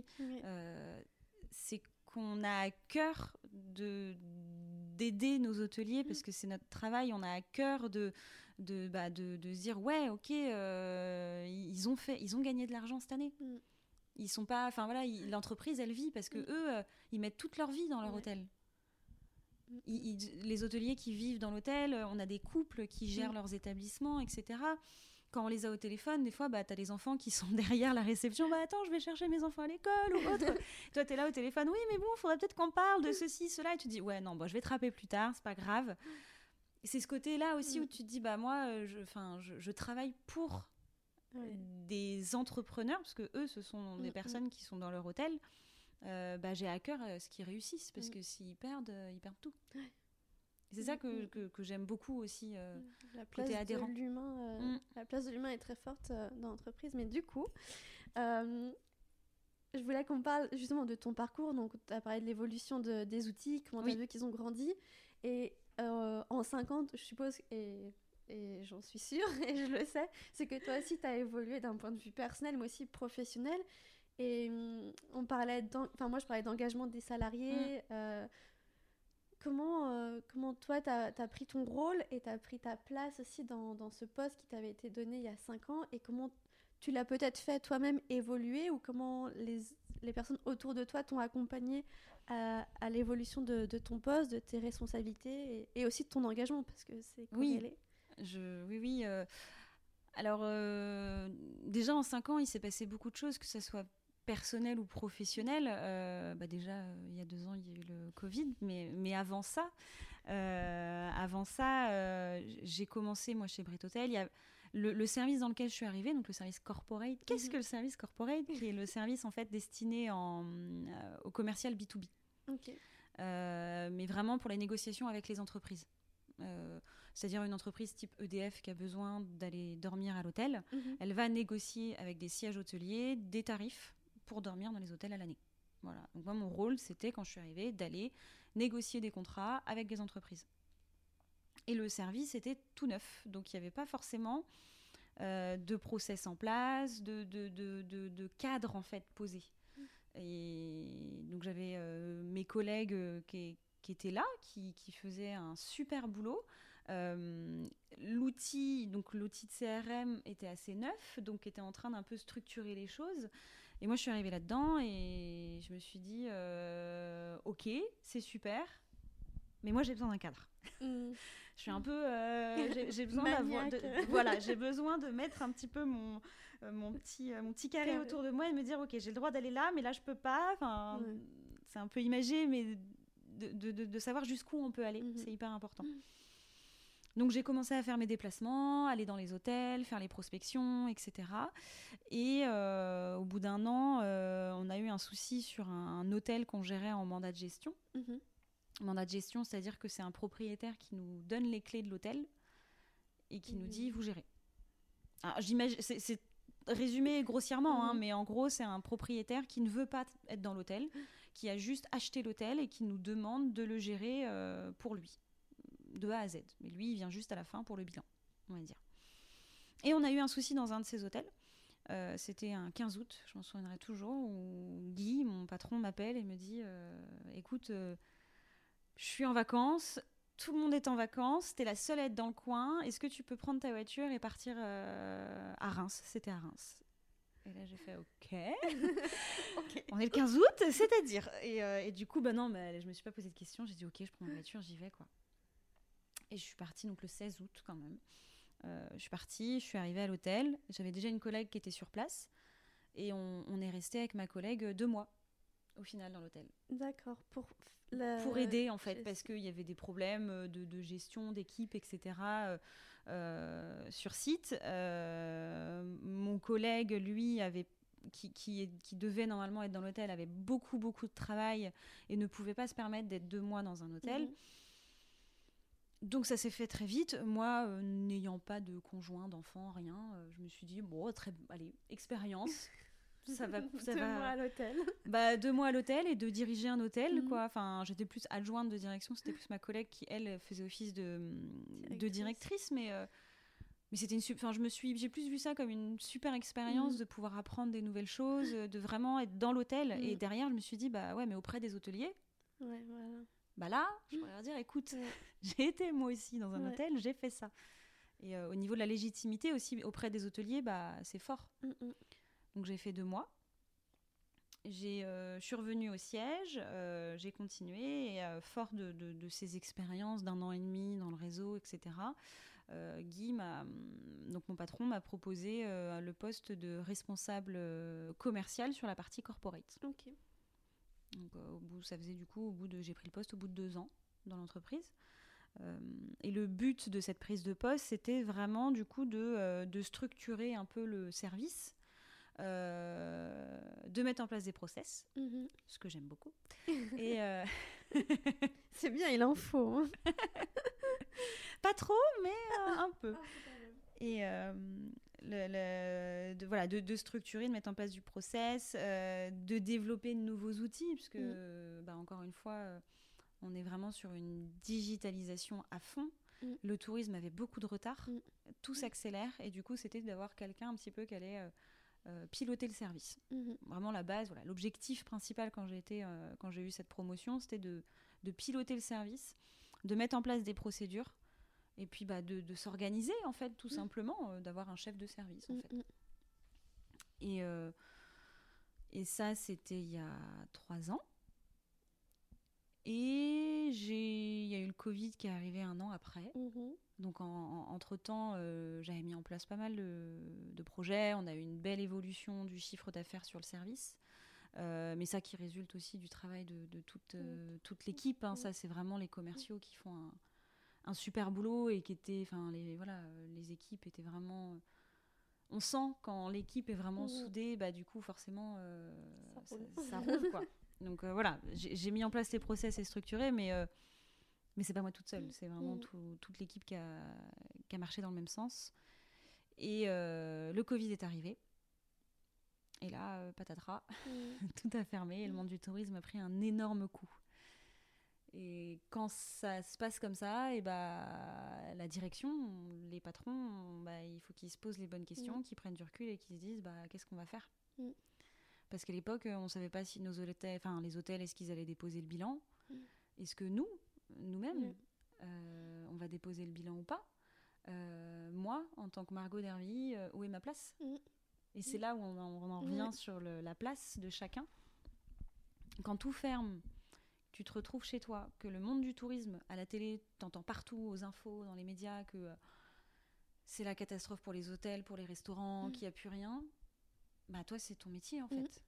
C'est qu'on a à cœur d'aider nos hôteliers, parce que c'est notre travail. On a à cœur de se dire, ouais, ok, ils ont gagné de l'argent cette année. Ils sont pas... Enfin voilà, l'entreprise, elle vit parce que eux, ils mettent toute leur vie dans leur hôtel. Les hôteliers qui vivent dans l'hôtel, on a des couples qui gèrent leurs établissements, etc. Quand on les a au téléphone, des fois, t'as les enfants qui sont derrière la réception. Attends, je vais chercher mes enfants à l'école ou autre. Toi, t'es là au téléphone. Oui, mais bon, il faudrait peut-être qu'on parle de ceci, cela. Et tu te dis, ouais, non, je vais te rappeler plus tard, c'est pas grave. Et c'est ce côté-là aussi où tu te dis, moi, je travaille pour des entrepreneurs, parce que eux, ce sont des personnes qui sont dans leur hôtel. J'ai à cœur ce qu'ils réussissent, parce que s'ils perdent, ils perdent tout. C'est ça que j'aime beaucoup aussi, côté adhérent. La place de l'humain est très forte dans l'entreprise. Mais du coup, je voulais qu'on parle justement de ton parcours. Donc, tu as parlé de l'évolution des outils, comment tu as vu qu'ils ont grandi. Et en 5 ans, je suppose, et j'en suis sûre, et je le sais, c'est que toi aussi, tu as évolué d'un point de vue personnel, mais aussi professionnel. Et moi, je parlais d'engagement des salariés. Comment toi, tu as pris ton rôle et tu as pris ta place aussi dans ce poste qui t'avait été donné il y a 5 ans, et comment tu l'as peut-être fait toi-même évoluer, ou comment les personnes autour de toi t'ont accompagné à l'évolution de ton poste, de tes responsabilités et aussi de ton engagement, parce que c'est corrélé. Oui. Alors, déjà en 5 ans, il s'est passé beaucoup de choses, que ce soit personnel ou professionnel. Déjà, il y a 2 ans, il y a eu le Covid, mais avant ça, j'ai commencé, moi, chez Brit Hotel. Il y a le service dans lequel je suis arrivée, donc le service corporate. Qu'est-ce que le service corporate ? Qui est le service, en fait, destiné au commercial B2B. Mais vraiment pour les négociations avec les entreprises. C'est-à-dire une entreprise type EDF qui a besoin d'aller dormir à l'hôtel, elle va négocier avec des sièges hôteliers des tarifs pour dormir dans les hôtels à l'année. Voilà. Donc moi, mon rôle, c'était, quand je suis arrivée, d'aller négocier des contrats avec des entreprises. Et le service était tout neuf. Donc, il n'y avait pas forcément de process en place, de cadre, en fait, posé. Et donc, j'avais mes collègues qui étaient là, qui faisaient un super boulot. L'outil de CRM était assez neuf, donc était en train d'un peu structurer les choses. Et moi, je suis arrivée là-dedans et je me suis dit, ok, c'est super, mais moi, j'ai besoin d'un cadre. Je suis un peu, j'ai besoin j'ai besoin de mettre un petit peu mon petit carré autour de moi et de me dire, ok, j'ai le droit d'aller là, mais là, je peux pas. Enfin, c'est un peu imagé, mais de savoir jusqu'où on peut aller, c'est hyper important. Donc, j'ai commencé à faire mes déplacements, aller dans les hôtels, faire les prospections, etc. Et au bout d'un an, on a eu un souci sur un hôtel qu'on gérait en mandat de gestion. Mandat de gestion, c'est-à-dire que c'est un propriétaire qui nous donne les clés de l'hôtel et qui nous dit, vous gérez. Alors, j'imagine, c'est résumé grossièrement, mais en gros, c'est un propriétaire qui ne veut pas être dans l'hôtel, qui a juste acheté l'hôtel et qui nous demande de le gérer pour lui, de A à Z. Mais lui, il vient juste à la fin pour le bilan, on va dire. Et on a eu un souci dans un de ces hôtels. C'était un 15 août, je m'en souviendrai toujours, où Guy, mon patron, m'appelle et me dit écoute, je suis en vacances, tout le monde est en vacances, t'es la seule à être dans le coin, est-ce que tu peux prendre ta voiture et partir à Reims ? C'était à Reims. Et là, j'ai fait OK. On est le 15 août, c'est-à-dire. Et du coup, non, je me suis pas posé de questions, j'ai dit OK, je prends ma voiture, j'y vais, quoi. Et je suis partie donc le 16 août quand même. Je suis partie, je suis arrivée à l'hôtel. J'avais déjà une collègue qui était sur place. Et on est resté avec ma collègue 2 mois, au final, dans l'hôtel. D'accord. Pour aider, en fait, parce qu'il y avait des problèmes de gestion, d'équipe, etc. Sur site. Mon collègue, lui, qui devait normalement être dans l'hôtel, avait beaucoup, beaucoup de travail et ne pouvait pas se permettre d'être 2 mois dans un hôtel. Donc ça s'est fait très vite. Moi, n'ayant pas de conjoint, d'enfant, rien, je me suis dit, bon, allez, expérience. Ça va. 2 mois à l'hôtel. 2 mois à l'hôtel et de diriger un hôtel, quoi. Enfin, j'étais plus adjointe de direction, c'était plus ma collègue qui, elle, faisait office de directrice. Mais c'était j'ai plus vu ça comme une super expérience de pouvoir apprendre des nouvelles choses, de vraiment être dans l'hôtel. Et derrière, je me suis dit, mais auprès des hôteliers. Ouais, voilà. Là, je pourrais leur dire, écoute, j'ai été moi aussi dans un hôtel, j'ai fait ça. Et au niveau de la légitimité aussi auprès des hôteliers, c'est fort. Donc j'ai fait 2 mois. Je suis revenue au siège, j'ai continué, et fort de ces expériences d'1 an et demi dans le réseau, etc., Guy, donc mon patron, m'a proposé le poste de responsable commercial sur la partie corporate. Ok. Donc, j'ai pris le poste au bout de 2 ans dans l'entreprise. Et le but de cette prise de poste, c'était vraiment du coup de structurer un peu le service, de mettre en place des process, ce que j'aime beaucoup. Et c'est bien, il en faut. Hein. Pas trop, mais un peu. Et de structurer, de mettre en place du process, de développer de nouveaux outils, puisque, encore une fois, on est vraiment sur une digitalisation à fond. Le tourisme avait beaucoup de retard, tout s'accélère, et du coup, c'était d'avoir quelqu'un un petit peu qui allait piloter le service. Vraiment la base, l'objectif principal quand j'ai eu cette promotion, c'était de piloter le service, de mettre en place des procédures, et puis de s'organiser, en fait, tout simplement, d'avoir un chef de service, en fait. Et ça, c'était il y a 3 ans. Et il y a eu le Covid qui est arrivé 1 an après. Donc, entre-temps, j'avais mis en place pas mal de projets. On a eu une belle évolution du chiffre d'affaires sur le service. Mais ça qui résulte aussi du travail de toute l'équipe. Hein. Ça, c'est vraiment les commerciaux qui font un super boulot et qui étaient, les équipes étaient vraiment. On sent quand l'équipe est vraiment soudée, du coup forcément ça roule, quoi. Donc j'ai mis en place les process et structuré, mais c'est pas moi toute seule, c'est vraiment toute l'équipe qui a marché dans le même sens. Et le Covid est arrivé. Et là, patatras, tout a fermé et le monde du tourisme a pris un énorme coup. Et quand ça se passe comme ça, et la direction, les patrons, il faut qu'ils se posent les bonnes questions, qu'ils prennent du recul et qu'ils se disent qu'est-ce qu'on va faire. Parce qu'à l'époque, on ne savait pas si les hôtels, est-ce qu'ils allaient déposer le bilan. Est-ce que nous-mêmes, on va déposer le bilan ou pas. Moi, en tant que Margot Dervy, où est ma place? Et c'est là où on en revient sur la place de chacun. Quand tout ferme, tu te retrouves chez toi, que le monde du tourisme, à la télé, t'entends partout, aux infos, dans les médias, que c'est la catastrophe pour les hôtels, pour les restaurants, qu'il n'y a plus rien. Toi, c'est ton métier, en fait.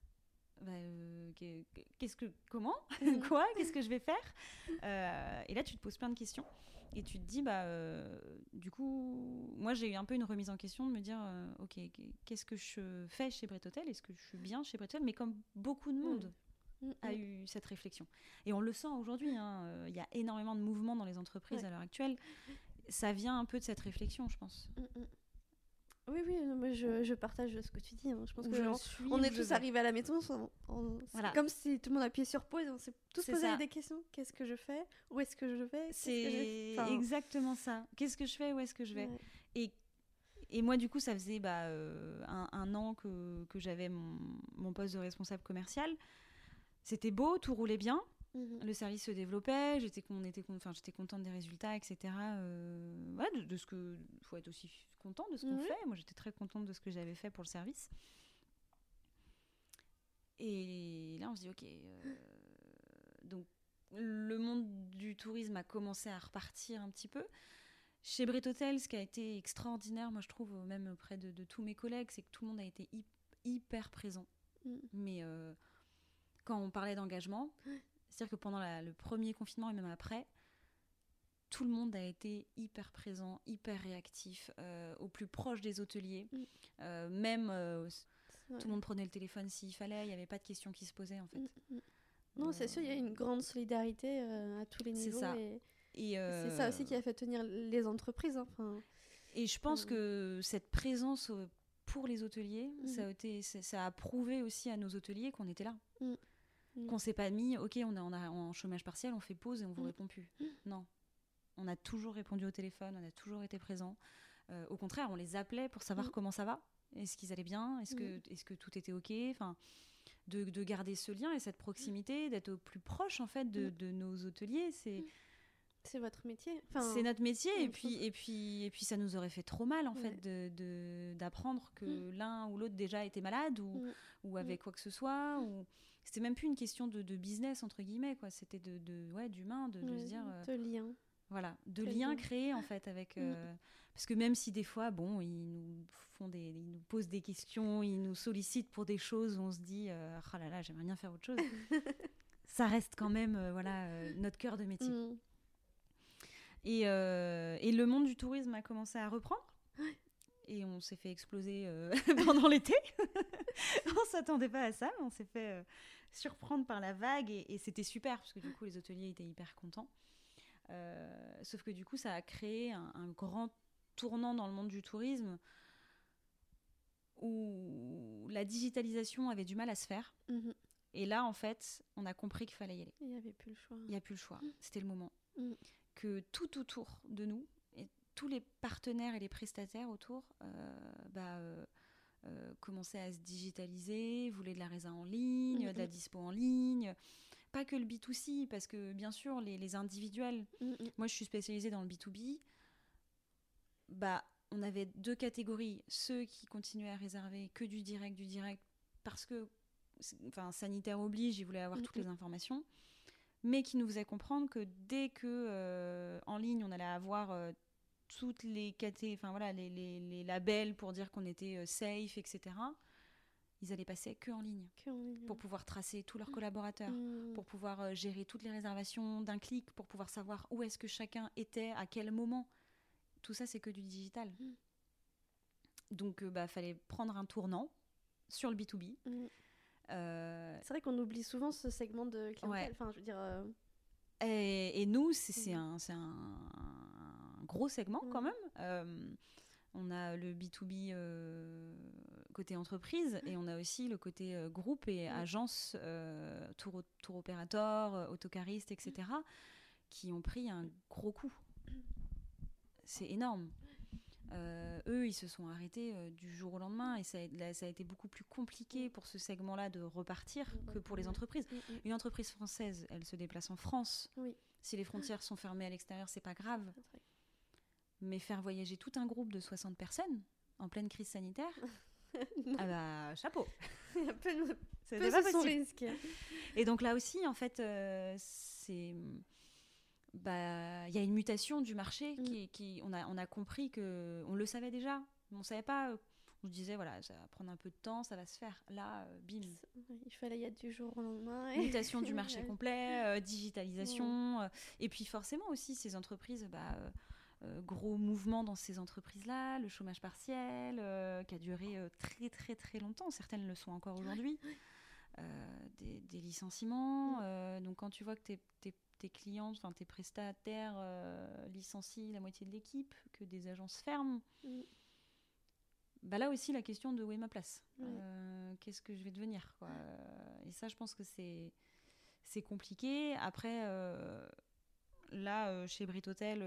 Comment Quoi? Qu'est-ce que je vais faire? Et là, tu te poses plein de questions. Et tu te dis, du coup, moi, j'ai eu un peu une remise en question de me dire, ok, qu'est-ce que je fais chez Bret Hotel? Est-ce que je suis bien chez Bret Hotel? Mais comme beaucoup de monde a eu cette réflexion. Et on le sent aujourd'hui, il y a énormément de mouvements dans les entreprises à l'heure actuelle. Ça vient un peu de cette réflexion, je pense. Oui, moi je partage ce que tu dis. Je pense qu'on est tous arrivés à la maison. C'est comme si tout le monde appuyait sur pause et on s'est tous posé des questions. Qu'est-ce que je fais? Où est-ce que je vais? C'est exactement ça. Qu'est-ce que je fais? Où est-ce que je vais? Et moi, du coup, ça faisait un an que j'avais mon poste de responsable commercial. C'était beau, tout roulait bien. Le service se développait, j'étais contente des résultats, etc. De ce que faut être aussi content de ce qu'on fait. Moi, j'étais très contente de ce que j'avais fait pour le service. Et là, on se dit, ok. Donc, le monde du tourisme a commencé à repartir un petit peu. Chez Bret Hotel, ce qui a été extraordinaire, moi, je trouve, même auprès de tous mes collègues, c'est que tout le monde a été hyper présent. Mais quand on parlait d'engagement, c'est-à-dire que pendant le premier confinement et même après, tout le monde a été hyper présent, hyper réactif, au plus proche des hôteliers. Tout le monde prenait le téléphone s'il fallait, il n'y avait pas de questions qui se posaient en fait. Non, c'est sûr, il y a une grande solidarité à tous les niveaux. Et c'est ça aussi qui a fait tenir les entreprises. Et je pense que cette présence pour les hôteliers, ça a prouvé aussi à nos hôteliers qu'on était là. Qu'on s'est pas mis, ok, on a en chômage partiel, on fait pause et on vous répond plus. Non, on a toujours répondu au téléphone, on a toujours été présents. Au contraire, on les appelait pour savoir comment ça va. Est-ce qu'ils allaient bien? Est-ce que tout était ok? Enfin, de garder ce lien et cette proximité, d'être au plus proche en fait de nos hôteliers, c'est votre métier. C'est notre métier et puis ça nous aurait fait trop mal en fait d'apprendre que l'un ou l'autre déjà était malade ou avait quoi que ce soit. C'était même plus une question de business entre guillemets quoi. C'était d'humain, de se dire de lien. Voilà, de liens créés en fait avec parce que même si des fois ils nous posent des questions, ils nous sollicitent pour des choses où on se dit oh là là, j'aimerais bien faire autre chose. Ça reste quand même notre cœur de métier. Et le monde du tourisme a commencé à reprendre. Et on s'est fait exploser pendant l'été. On s'attendait pas à ça, mais on s'est fait surprendre par la vague. Et c'était super, parce que du coup, les hôteliers étaient hyper contents. Sauf que du coup, ça a créé un grand tournant dans le monde du tourisme où la digitalisation avait du mal à se faire. Et là, en fait, on a compris qu'il fallait y aller. Il n'y avait plus le choix. Il n'y a plus le choix. C'était le moment. Que tout autour de nous, et tous les partenaires et les prestataires autour commençaient à se digitaliser, voulaient de la résa en ligne, de la dispo en ligne. Pas que le B2C, parce que bien sûr, les individuels, moi je suis spécialisée dans le B2B, on avait deux catégories, ceux qui continuaient à réserver que du direct, parce que, sanitaire oblige, ils voulaient avoir toutes les informations, mais qui nous faisaient comprendre que dès que en ligne, on allait avoir toutes les les labels pour dire qu'on était safe, etc., ils allaient passer que en ligne pour pouvoir tracer tous leurs collaborateurs, pour pouvoir gérer toutes les réservations d'un clic, pour pouvoir savoir où est-ce que chacun était, à quel moment. Tout ça, c'est que du digital. Donc, fallait prendre un tournant sur le B2B. C'est vrai qu'on oublie souvent ce segment de clientèle. Enfin, je veux dire... Et nous, c'est un gros segment quand même. On a le B2B côté entreprise et on a aussi le côté groupe et agence, tour opérateur, autocariste, etc. qui ont pris un gros coup. C'est énorme. Eux, ils se sont arrêtés du jour au lendemain et ça a été beaucoup plus compliqué pour ce segment-là de repartir que pour les entreprises. Une entreprise française, elle se déplace en France. Oui. Si les frontières sont fermées à l'extérieur, c'est pas grave. Mais faire voyager tout un groupe de 60 personnes en pleine crise sanitaire, ah bah, chapeau. C'était pas possible. Risque. Et donc là aussi, en fait, il y a une mutation du marché on a compris que on le savait déjà, mais on savait pas. On se disait voilà, ça va prendre un peu de temps, ça va se faire. Là, bim. Il fallait y être du jour au lendemain. Mutation du marché complet, digitalisation, et puis forcément aussi ces entreprises. Gros mouvement dans ces entreprises-là, le chômage partiel qui a duré très très très longtemps. Certaines le sont encore aujourd'hui. Des licenciements. Donc quand tu vois que tes clients, enfin tes prestataires licencient la moitié de l'équipe, que des agences ferment, là aussi la question de où est ma place, qu'est-ce que je vais devenir, quoi. Et ça, je pense que c'est compliqué. Après, là, chez Brit-Hotel,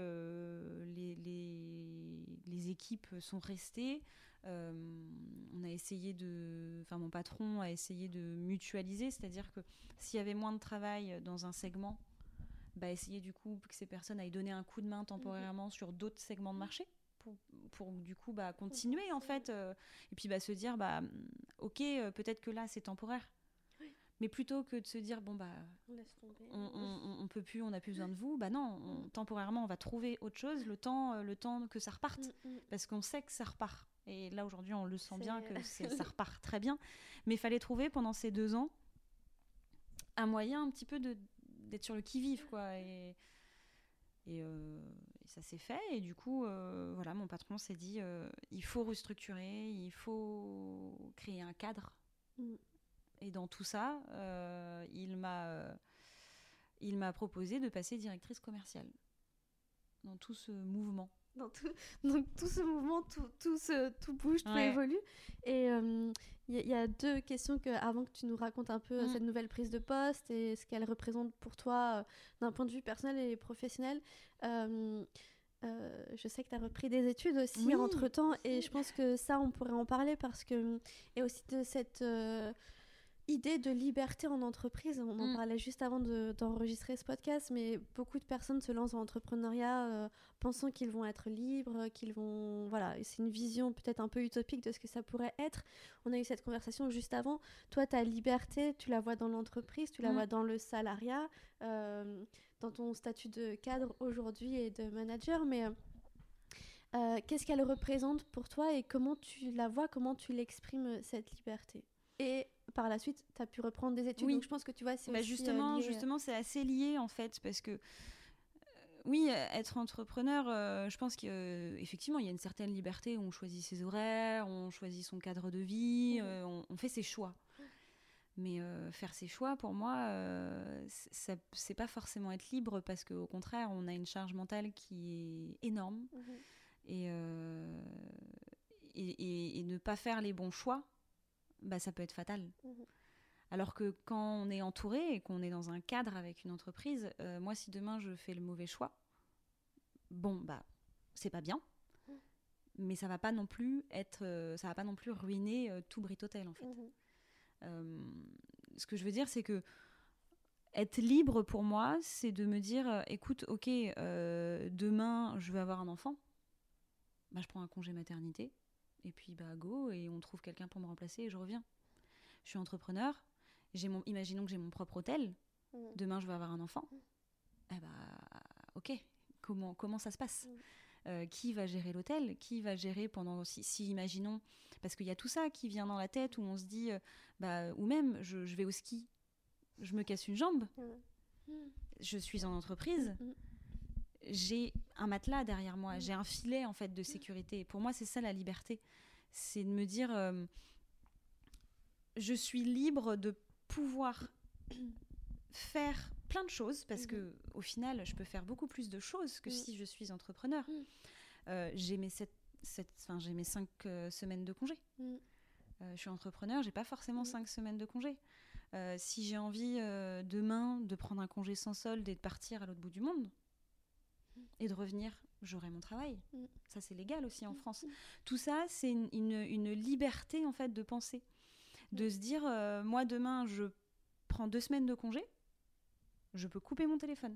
les équipes sont restées. On a essayé mon patron a essayé de mutualiser, c'est-à-dire que s'il y avait moins de travail dans un segment, essayer du coup que ces personnes aillent donner un coup de main temporairement sur d'autres segments de marché pour du coup continuer en fait, et puis se dire ok, peut-être que là c'est temporaire, mais plutôt que de se dire on peut plus, on n'a plus besoin de vous, non, temporairement on va trouver autre chose le temps que ça reparte, parce qu'on sait que ça repart. Et là aujourd'hui on le sent bien que ça repart très bien, mais il fallait trouver pendant ces 2 ans un moyen un petit peu d'être sur le qui-vive, quoi. Et ça s'est fait, et du coup mon patron s'est dit il faut restructurer, il faut créer un cadre. Et dans tout ça, il m'a proposé de passer directrice commerciale dans tout ce mouvement. Donc tout ce mouvement, tout bouge, tout évolue. Et il y a 2 questions avant que tu nous racontes un peu cette nouvelle prise de poste et ce qu'elle représente pour toi d'un point de vue personnel et professionnel. Je sais que tu as repris des études aussi entre-temps, et je pense que ça, on pourrait en parler, parce que et aussi de cette idée de liberté en entreprise. On en parlait juste avant d'enregistrer ce podcast, mais beaucoup de personnes se lancent en entrepreneuriat pensant qu'ils vont être libres, c'est une vision peut-être un peu utopique de ce que ça pourrait être. On a eu cette conversation juste avant. Toi, ta liberté, tu la vois dans l'entreprise, tu la vois dans le salariat, dans ton statut de cadre aujourd'hui et de manager, mais qu'est-ce qu'elle représente pour toi et comment tu la vois, comment tu l'exprimes, cette liberté? Et par la suite, tu as pu reprendre des études, donc je pense que tu vois, c'est aussi justement, lié. Justement, c'est assez lié en fait, parce que être entrepreneur, je pense qu'effectivement, il y a une certaine liberté où on choisit ses horaires, on choisit son cadre de vie, on fait ses choix. Mais faire ses choix, pour moi, c'est pas forcément être libre, parce qu'au contraire, on a une charge mentale qui est énorme. Et ne pas faire les bons choix, ça peut être fatal. Alors que quand on est entouré et qu'on est dans un cadre avec une entreprise, moi, si demain je fais le mauvais choix, c'est pas bien, mais ça va pas non plus ruiner tout Brit-Hotel, en fait. Ce que je veux dire, c'est que être libre pour moi, c'est de me dire écoute, ok, demain je vais avoir un enfant, je prends un congé maternité, et puis go, et on trouve quelqu'un pour me remplacer et je reviens. Je suis entrepreneur, imaginons que j'ai mon propre hôtel, demain je vais avoir un enfant, ok, comment ça se passe? Qui va gérer l'hôtel? Qui va gérer pendant, si imaginons, parce qu'il y a tout ça qui vient dans la tête, où on se dit ou même je vais au ski, je me casse une jambe, je suis en entreprise, j'ai un matelas derrière moi, j'ai un filet en fait de sécurité. Et pour moi, c'est ça la liberté, c'est de me dire je suis libre de pouvoir faire plein de choses, parce que au final, je peux faire beaucoup plus de choses que si je suis entrepreneur. J'ai mes 5 semaines de congé. Je suis entrepreneur, j'ai pas forcément 5 semaines de congé. Si j'ai envie demain de prendre un congé sans solde et de partir à l'autre bout du monde et de revenir, j'aurai mon travail. Ça, c'est légal aussi en France. Tout ça, c'est une liberté en fait de penser, de se dire moi demain je prends 2 semaines de congé, je peux couper mon téléphone.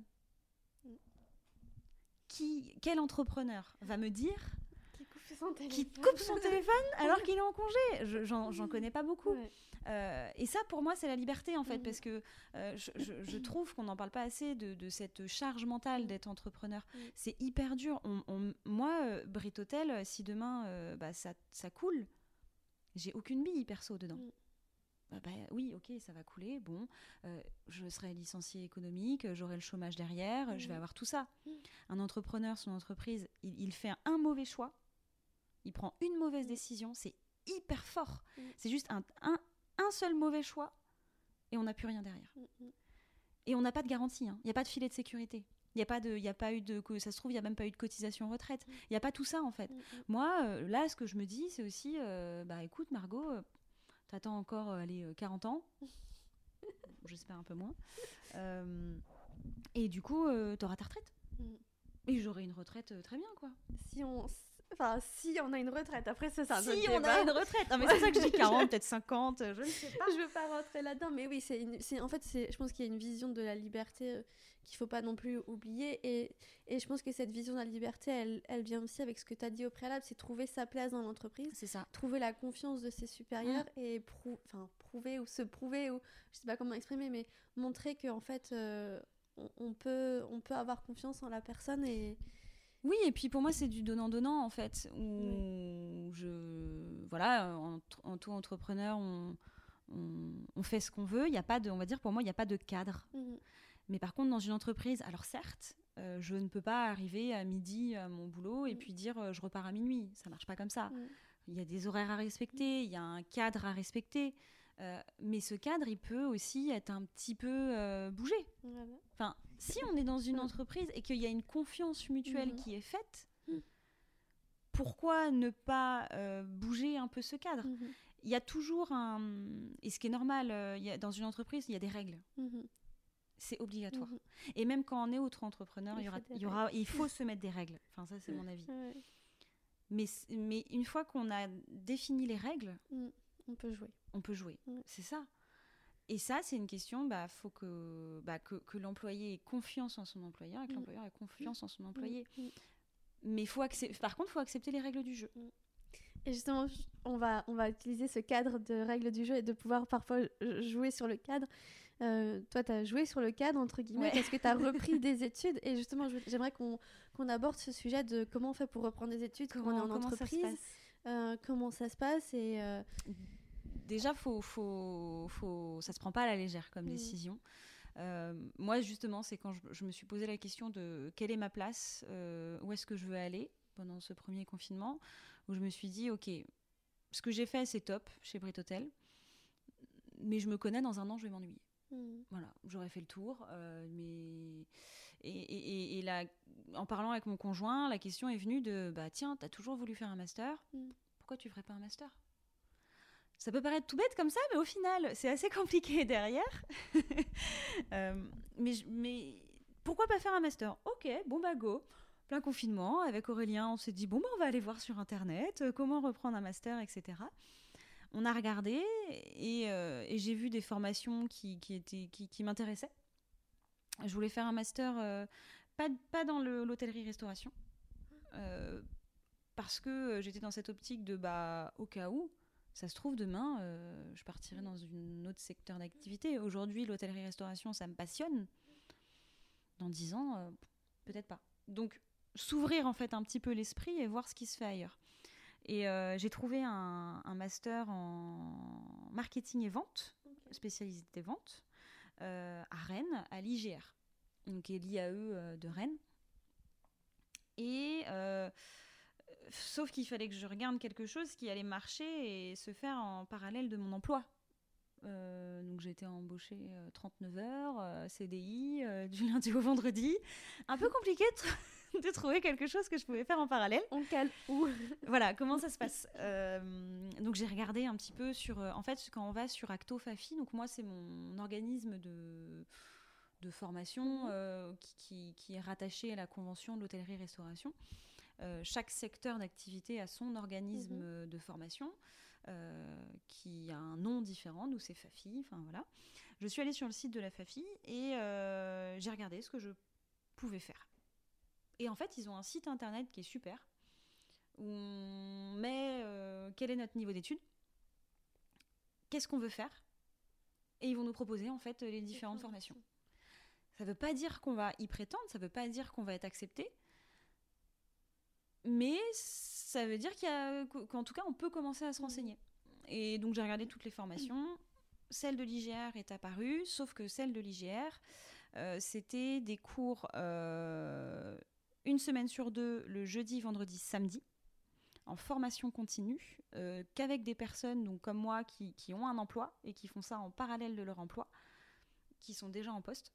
Quel entrepreneur va me dire qu'il coupe son téléphone alors qu'il est en congé? J'en connais pas beaucoup. Et ça, pour moi, c'est la liberté, en fait, parce que je trouve qu'on n'en parle pas assez de cette charge mentale d'être entrepreneur. C'est hyper dur. Moi, Brit Hotel, si demain ça coule, j'ai aucune bille perso dedans. Oui, ok, ça va couler, bon, je serai licenciée économique, j'aurai le chômage derrière, je vais avoir tout ça. Un entrepreneur, son entreprise, il fait un mauvais choix, il prend une mauvaise décision, c'est hyper fort. C'est juste un seul mauvais choix et on n'a plus rien derrière. Et on n'a pas de garantie, il n'y a pas de filet de sécurité. Il n'y a pas eu de, ça se trouve, il n'y a même pas eu de cotisation retraite. Il n'y a pas tout ça, en fait. Moi, là, ce que je me dis, c'est aussi, écoute, Margot, t'attends encore 40 ans, j'espère un peu moins, et du coup t'auras ta retraite, et j'aurai une retraite très bien, quoi. Si on a une retraite, après ça, c'est un autre débat. Si on a une retraite, non mais c'est ça que je dis, 40, peut-être 50, je ne sais pas. Je veux pas rentrer là-dedans, mais oui, je pense qu'il y a une vision de la liberté qu'il faut pas non plus oublier, et je pense que cette vision de la liberté, elle vient aussi avec ce que tu as dit au préalable, c'est trouver sa place dans l'entreprise, c'est ça. Trouver la confiance de ses supérieurs et prouver ou se prouver, ou je sais pas comment exprimer, mais montrer que en fait on peut avoir confiance en la personne. Et oui, et puis pour moi c'est du donnant-donnant, en fait, où en tout entrepreneur on fait ce qu'on veut, il y a pas de, on va dire, pour moi il n'y a pas de cadre. Mais par contre, dans une entreprise, alors certes, je ne peux pas arriver à midi à mon boulot et puis dire je repars à minuit. Ça ne marche pas comme ça. Il y a des horaires à respecter, il y a un cadre à respecter. Mais ce cadre, il peut aussi être un petit peu bougé. Enfin, si on est dans une entreprise et qu'il y a une confiance mutuelle qui est faite, pourquoi ne pas bouger un peu ce cadre ? Il y a toujours et ce qui est normal, dans une entreprise, il y a des règles. C'est obligatoire. Et même quand on est auto-entrepreneur, il faut se mettre des règles. Enfin, ça, c'est mon avis. Mais une fois qu'on a défini les règles, on peut jouer. C'est ça. Et ça, c'est une question, faut que l'employé ait confiance en son employeur et que l'employeur ait confiance en son employé. Mais par contre, il faut accepter les règles du jeu. Et justement, on va utiliser ce cadre de règles du jeu et de pouvoir parfois jouer sur le cadre. Toi, tu as joué sur le cadre, entre guillemets, parce que tu as repris des études. Et justement, j'aimerais qu'on aborde ce sujet de comment on fait pour reprendre des études quand on est en entreprise. Comment ça se passe et Déjà, ça se prend pas à la légère comme décision. Moi, justement, c'est quand je me suis posé la question de quelle est ma place, où est-ce que je veux aller pendant ce premier confinement, où je me suis dit, ok, ce que j'ai fait, c'est top chez Brit Hotel, mais je me connais, dans 1 an, je vais m'ennuyer. Voilà, j'aurais fait le tour, et là, en parlant avec mon conjoint, la question est venue de tiens, t'as toujours voulu faire un master, pourquoi tu ferais pas un master ? Ça peut paraître tout bête comme ça, mais au final, c'est assez compliqué derrière. Mais pourquoi pas faire un master ? Ok, bon go. Plein confinement, avec Aurélien, on s'est dit on va aller voir sur internet comment reprendre un master, etc. On a regardé et j'ai vu des formations qui m'intéressaient. Je voulais faire un master pas dans l'hôtellerie-restauration, parce que j'étais dans cette optique de au cas où, ça se trouve demain, je partirai dans un autre secteur d'activité. Aujourd'hui, l'hôtellerie-restauration, ça me passionne. Dans 10 ans, peut-être pas. Donc, s'ouvrir en fait un petit peu l'esprit et voir ce qui se fait ailleurs. Et j'ai trouvé un master en marketing et vente, spécialité vente, à Rennes, à l'IGR, donc qui est l'IAE de Rennes. Et sauf qu'il fallait que je regarde quelque chose qui allait marcher et se faire en parallèle de mon emploi. Donc j'ai été embauchée 39 heures, CDI, du lundi au vendredi. Un peu compliqué de trouver quelque chose que je pouvais faire en parallèle. On cale où? Voilà, comment ça se passe. Donc j'ai regardé un petit peu sur... en fait, quand on va sur Acto Fafi, donc moi c'est mon organisme de formation qui est rattaché à la convention de l'hôtellerie-restauration. Chaque secteur d'activité a son organisme de formation qui a un nom différent. Nous, c'est Fafi. Enfin, voilà. Je suis allée sur le site de la Fafi et j'ai regardé ce que je pouvais faire. Et en fait, ils ont un site internet qui est super où on met quel est notre niveau d'études, qu'est-ce qu'on veut faire, et ils vont nous proposer en fait les différentes formations. Ça ne veut pas dire qu'on va y prétendre, ça ne veut pas dire qu'on va être accepté, mais ça veut dire qu'en tout cas, on peut commencer à se renseigner. Et donc, j'ai regardé toutes les formations. Celle de l'IGR est apparue, sauf que celle de l'IGR, c'était des cours une semaine sur 2, le jeudi, vendredi, samedi, en formation continue, qu'avec des personnes donc, comme moi qui ont un emploi et qui font ça en parallèle de leur emploi, qui sont déjà en poste.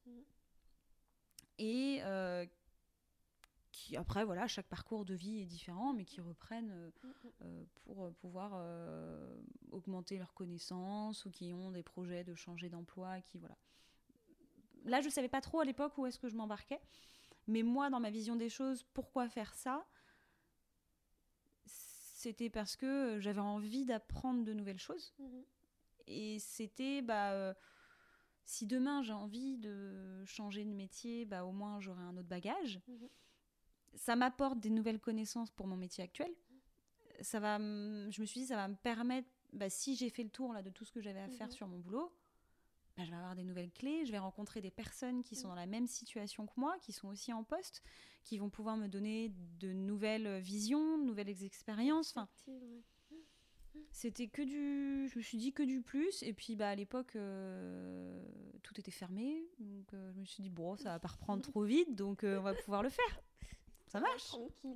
Et qui, après, voilà, chaque parcours de vie est différent, mais qui reprennent pour pouvoir augmenter leurs connaissances ou qui ont des projets de changer d'emploi. Qui, voilà. Là, je ne savais pas trop à l'époque où est-ce que je m'embarquais. Mais moi, dans ma vision des choses, pourquoi faire ça ? C'était parce que j'avais envie d'apprendre de nouvelles choses. Et c'était, si demain j'ai envie de changer de métier, au moins j'aurai un autre bagage. Ça m'apporte des nouvelles connaissances pour mon métier actuel. Je me suis dit, ça va me permettre, si j'ai fait le tour là, de tout ce que j'avais à faire sur mon boulot, je vais avoir des nouvelles clés, je vais rencontrer des personnes qui sont dans la même situation que moi, qui sont aussi en poste, qui vont pouvoir me donner de nouvelles visions, de nouvelles expériences. Enfin, c'était je me suis dit que du plus. Et puis à l'époque, tout était fermé. Donc je me suis dit, bon, ça va pas reprendre trop vite, donc on va pouvoir le faire. Ça marche. Tranquille.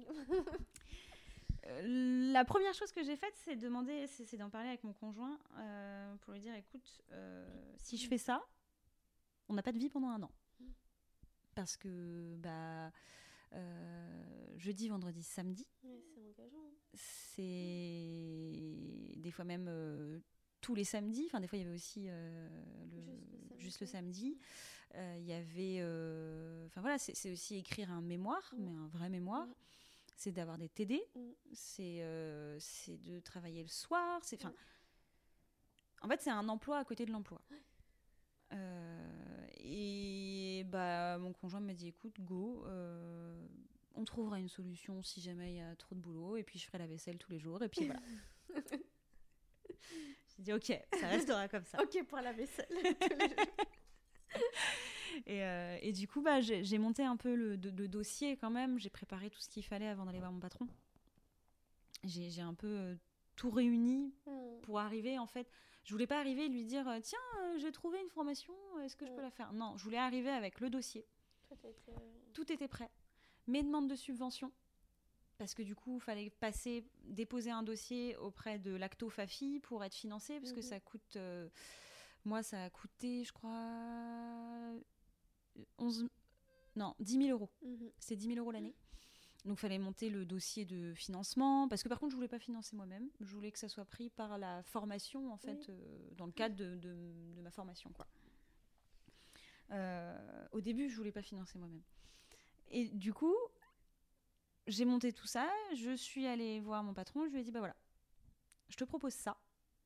La première chose que j'ai faite, c'est d'en parler avec mon conjoint pour lui dire, écoute, si je fais ça, on n'a pas de vie pendant 1 an. Parce que jeudi, vendredi, samedi, c'est engageant. C'est des fois même tous les samedis. Enfin, des fois, il y avait aussi juste le samedi. Il y avait... Enfin, voilà, c'est aussi écrire un mémoire, mais un vrai mémoire. C'est d'avoir des TD, c'est de travailler le soir. En fait, c'est un emploi à côté de l'emploi. Et mon conjoint m'a dit, écoute, go, on trouvera une solution si jamais il y a trop de boulot, et puis je ferai la vaisselle tous les jours, et puis voilà. J'ai dit, ok, ça restera comme ça. Ok pour la vaisselle tous les jours. Et du coup, j'ai monté un peu le dossier quand même. J'ai préparé tout ce qu'il fallait avant d'aller voir mon patron. J'ai un peu tout réuni pour arriver, en fait. Je voulais pas arriver et lui dire « Tiens, j'ai trouvé une formation, est-ce que je peux la faire ?» Non, je voulais arriver avec le dossier. Tout était prêt. Mes demandes de subvention. Parce que du coup, il fallait déposer un dossier auprès de l'Acto Fafi pour être financé, parce que ça coûte... moi, ça a coûté, je crois... 10 000 euros. C'est 10 000 euros l'année. Donc, il fallait monter le dossier de financement. Parce que, par contre, je ne voulais pas financer moi-même. Je voulais que ça soit pris par la formation, en fait, dans le cadre de ma formation, quoi. Au début, je ne voulais pas financer moi-même. Et du coup, j'ai monté tout ça. Je suis allée voir mon patron. Je lui ai dit, voilà, je te propose ça.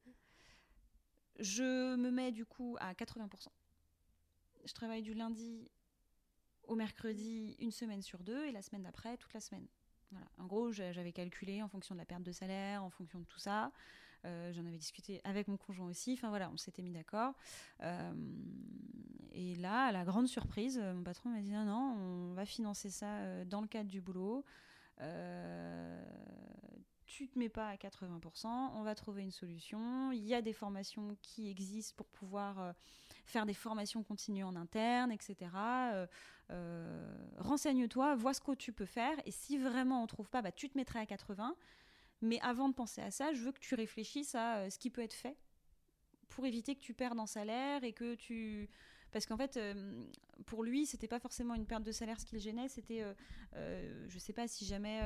Je me mets, du coup, à 80%. Je travaille du lundi au mercredi 1 semaine sur 2 et la semaine d'après, toute la semaine. Voilà. En gros, j'avais calculé en fonction de la perte de salaire, en fonction de tout ça. J'en avais discuté avec mon conjoint aussi. Enfin voilà, on s'était mis d'accord. Et là, à la grande surprise, mon patron m'a dit non, on va financer ça dans le cadre du boulot. Tu te mets pas à 80%, on va trouver une solution. Il y a des formations qui existent pour pouvoir faire des formations continues en interne, etc. Renseigne-toi, vois ce que tu peux faire. Et si vraiment on ne trouve pas, tu te mettras à 80%. Mais avant de penser à ça, je veux que tu réfléchisses à ce qui peut être fait pour éviter que tu perdes en salaire et que tu parce qu'en fait, pour lui, c'était pas forcément une perte de salaire ce qui le gênait, c'était, je sais pas si jamais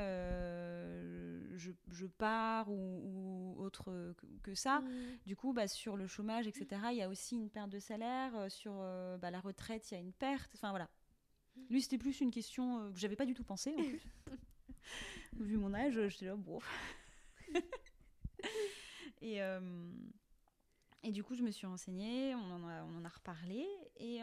je pars ou autre que ça. Du coup, sur le chômage, etc., il y a aussi une perte de salaire. Sur la retraite, il y a une perte. Enfin, voilà. Lui, c'était plus une question que j'avais pas du tout pensé, en plus. Vu mon âge, j'étais là, bon. Et du coup, je me suis renseignée, on en a reparlé, et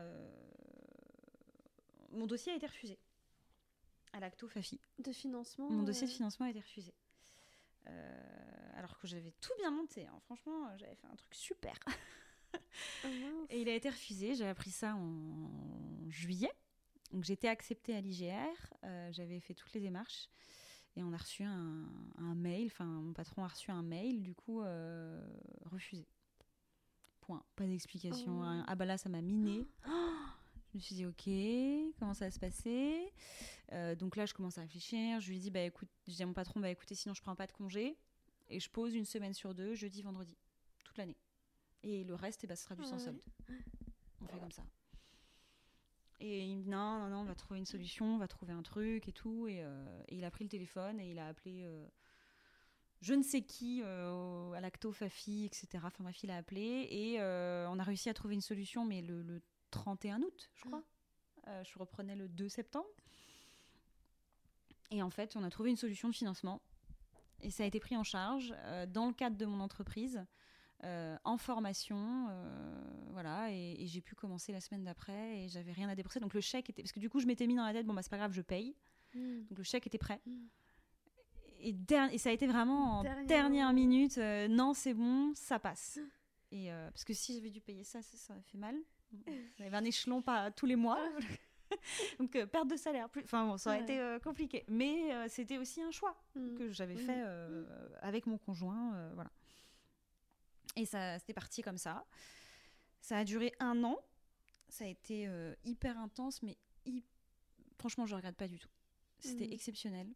mon dossier a été refusé à l'Acto-Fafi. De financement. Mon dossier de financement a été refusé. Alors que j'avais tout bien monté. Hein. Franchement, j'avais fait un truc super. Et il a été refusé. J'ai appris ça en juillet. Donc j'étais acceptée à l'IGR. J'avais fait toutes les démarches. Et on a reçu un mail. Enfin, mon patron a reçu un mail, du coup, refusé. Point. Pas d'explication. Rien. Ah bah là, ça m'a minée. Je me suis dit, ok, comment ça va se passer ? Donc là, je commence à réfléchir. Je lui dis, écoute, je dis à mon patron, écoutez, sinon je prends pas de congé et je pose une semaine sur 2, jeudi, vendredi, toute l'année. Et le reste, ce sera du sans solde. On fait comme ça. Et il me dit, non, on va trouver une solution, on va trouver un truc et tout. Et il a pris le téléphone et il a appelé je ne sais qui, à l'Acto-Fafi, etc. Enfin bref, il a appelé et on a réussi à trouver une solution, mais le 31 août, je crois. Je reprenais le 2 septembre. Et en fait, on a trouvé une solution de financement. Et ça a été pris en charge dans le cadre de mon entreprise, en formation. Voilà, et j'ai pu commencer la semaine d'après et j'avais rien à débourser. Donc le chèque était... Parce que du coup, je m'étais mis dans la tête, c'est pas grave, je paye. Donc le chèque était prêt. Et ça a été vraiment en dernière minute. Non, c'est bon, ça passe. Et, parce que si j'avais dû payer ça aurait fait mal. Il y avait un échelon pas tous les mois. Donc perte de salaire. Ça aurait été compliqué. Mais c'était aussi un choix que j'avais fait avec mon conjoint. Voilà. Et ça, c'était parti comme ça. Ça a duré 1 an. Ça a été hyper intense, mais franchement, je ne regrette pas du tout. C'était exceptionnel.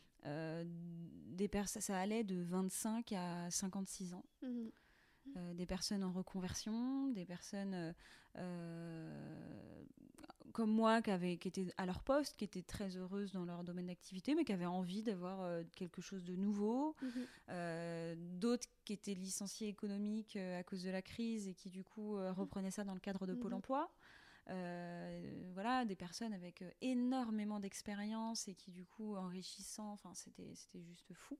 Ça allait de 25 à 56 ans. Des personnes en reconversion, des personnes comme moi qui étaient à leur poste, qui étaient très heureuses dans leur domaine d'activité, mais qui avaient envie d'avoir quelque chose de nouveau. D'autres qui étaient licenciés économiques à cause de la crise et qui du coup reprenaient ça dans le cadre de Pôle emploi. Voilà, des personnes avec énormément d'expérience et qui du coup enrichissant, c'était juste fou.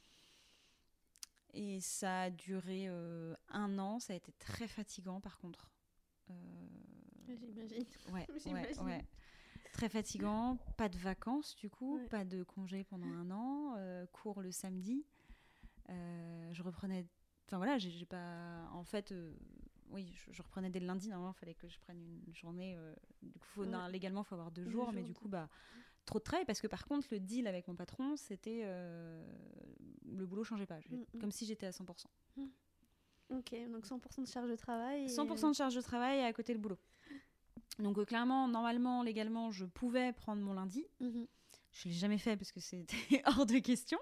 Et ça a duré 1 an, ça a été très fatigant par contre. J'imagine. Ouais. Très fatigant, pas de vacances du coup, pas de congés pendant 1 an, cours le samedi. Je reprenais, j'ai pas, en fait, je reprenais dès le lundi. Normalement, il fallait que je prenne une journée. Du coup, légalement, il faut avoir 2 jours, mais du coup, trop de travail parce que par contre, le deal avec mon patron, c'était le boulot changeait pas, comme si j'étais à 100%. Ok, donc 100% de charge de travail. 100% de charge de travail et à côté le boulot. Donc clairement, normalement, légalement, je pouvais prendre mon lundi. Je ne l'ai jamais fait parce que c'était hors de question.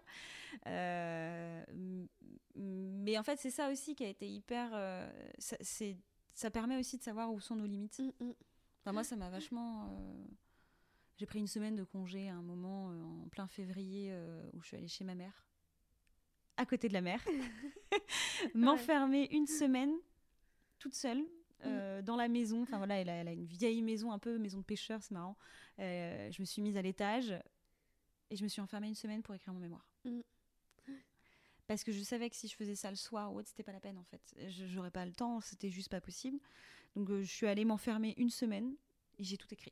Mais en fait, c'est ça aussi qui a été hyper... ça permet aussi de savoir où sont nos limites. Moi, ça m'a vachement... J'ai pris 1 semaine de congé à un moment en plein février où je suis allée chez ma mère, à côté de la mer, m'enfermer 1 semaine toute seule dans la maison. Enfin voilà, elle a une vieille maison, un peu maison de pêcheur, c'est marrant. Je me suis mise à l'étage et je me suis enfermée 1 semaine pour écrire mon mémoire. Parce que je savais que si je faisais ça le soir ou autre, c'était pas la peine en fait. J'aurais pas le temps, c'était juste pas possible. Donc je suis allée m'enfermer 1 semaine et j'ai tout écrit.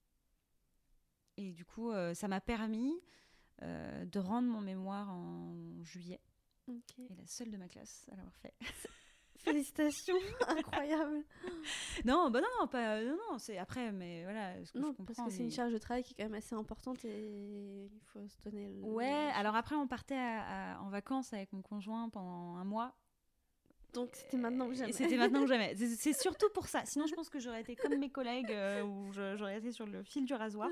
Et du coup, ça m'a permis de rendre mon mémoire en juillet. Et la seule de ma classe à l'avoir fait. Félicitations, incroyable. Non, c'est après, mais voilà, ce que je comprends. Parce que c'est une charge de travail qui est quand même assez importante et il faut se donner le... Ouais, alors après, on partait en vacances avec mon conjoint pendant 1 mois. Donc c'était maintenant ou jamais. C'était maintenant ou jamais. C'est surtout pour ça. Sinon, je pense que j'aurais été comme mes collègues où j'aurais été sur le fil du rasoir.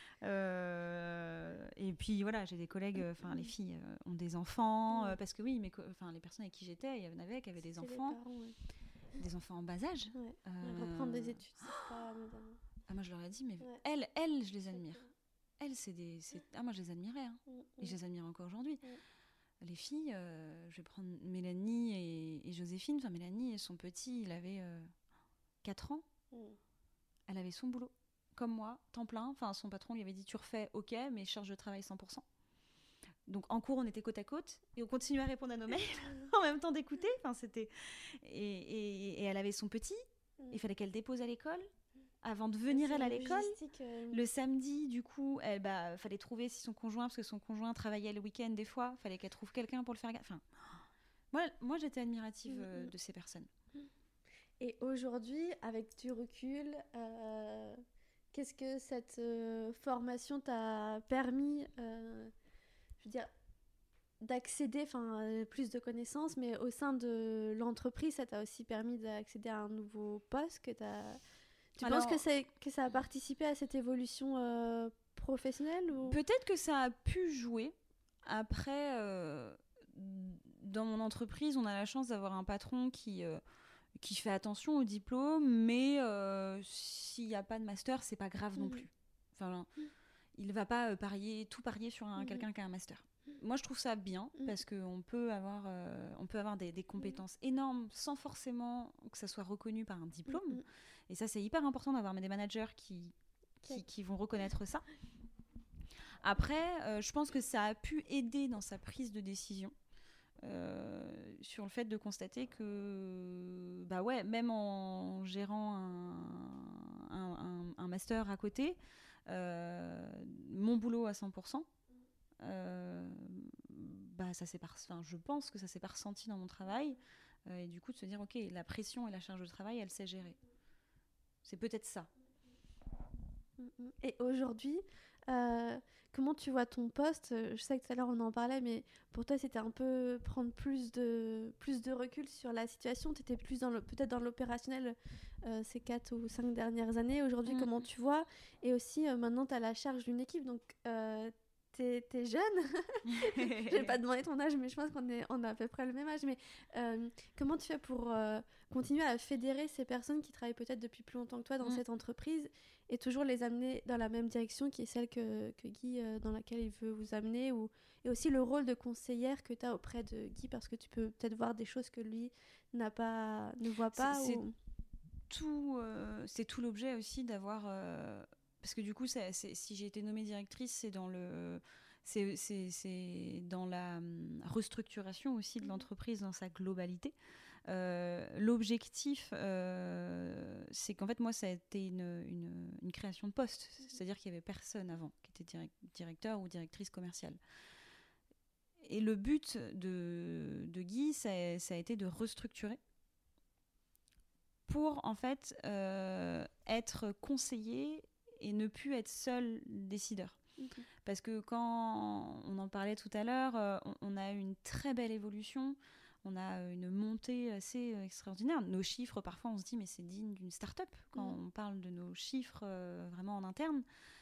Et puis voilà, j'ai des collègues, les filles ont des enfants, parce que oui, les personnes avec qui j'étais, il y en avait qui avaient des enfants. Parents, des enfants en bas âge. Ouais. Reprendre des études, c'est pas... Moi, je leur ai dit, mais Ouais. elles, je les admire. Elles, moi, je les admirais. Hein. Et je les admire encore aujourd'hui. Les filles, je vais prendre Mélanie et Joséphine. Enfin, Mélanie, son petit, il avait 4 ans. Elle avait son boulot, comme moi, temps plein. Enfin, son patron lui avait dit, tu refais, ok, mais charge de travail 100%. Donc, en cours, on était côte à côte. Et on continuait à répondre à nos mails en même temps d'écouter. Enfin, c'était... Et elle avait son petit. Il fallait qu'elle dépose à l'école. Avant de venir elle à l'école, le samedi, du coup, fallait trouver si son conjoint, parce que son conjoint travaillait le week-end des fois, fallait qu'elle trouve quelqu'un pour le faire. Enfin, moi j'étais admirative de ces personnes. Et aujourd'hui, avec du recul, qu'est-ce que cette formation t'a permis, je veux dire, d'accéder, plus de connaissances, mais au sein de l'entreprise, ça t'a aussi permis d'accéder à un nouveau poste que t'as... Tu penses que ça a participé à cette évolution professionnelle ou... Peut-être que ça a pu jouer. Après, dans mon entreprise, on a la chance d'avoir un patron qui fait attention au diplôme, mais s'il n'y a pas de master, c'est pas grave non plus. Enfin, il ne va pas tout parier sur quelqu'un qui a un master. Moi, je trouve ça bien parce qu'on peut avoir des compétences énormes sans forcément que ça soit reconnu par un diplôme. Et ça, c'est hyper important d'avoir des managers qui vont reconnaître ça. Après, je pense que ça a pu aider dans sa prise de décision sur le fait de constater que, même en gérant un master à côté, mon boulot à 100%, je pense que ça s'est pas ressenti dans mon travail. Et du coup, de se dire, ok, la pression et la charge de travail, elle sait gérer. C'est peut-être ça. Et aujourd'hui, comment tu vois ton poste ? Je sais que tout à l'heure on en parlait, mais pour toi c'était un peu prendre plus de recul sur la situation. Tu étais plus peut-être dans l'opérationnel ces 4 ou 5 dernières années. Aujourd'hui, comment tu vois ? Et aussi, maintenant tu as la charge d'une équipe, donc t'es jeune. Je vais pas te demander ton âge, mais je pense qu'on a à peu près le même âge. Mais comment tu fais pour continuer à fédérer ces personnes qui travaillent peut-être depuis plus longtemps que toi dans cette entreprise et toujours les amener dans la même direction qui est celle que Guy, dans laquelle il veut vous amener, et aussi le rôle de conseillère que tu as auprès de Guy, parce que tu peux peut-être voir des choses que lui ne voit pas. C'est tout l'objet aussi d'avoir... parce que du coup, si j'ai été nommée directrice, c'est dans la restructuration aussi de l'entreprise dans sa globalité. L'objectif, c'est qu'en fait, moi, ça a été une création de poste. C'est-à-dire qu'il n'y avait personne avant qui était directeur ou directrice commerciale. Et le but de Guy, ça a été de restructurer pour, en fait, être conseillé et ne plus être seul décideur. Parce que quand on en parlait tout à l'heure, on a une très belle évolution. On a une montée assez extraordinaire. Nos chiffres, parfois, on se dit, mais c'est digne d'une start-up quand on parle de nos chiffres vraiment en interne.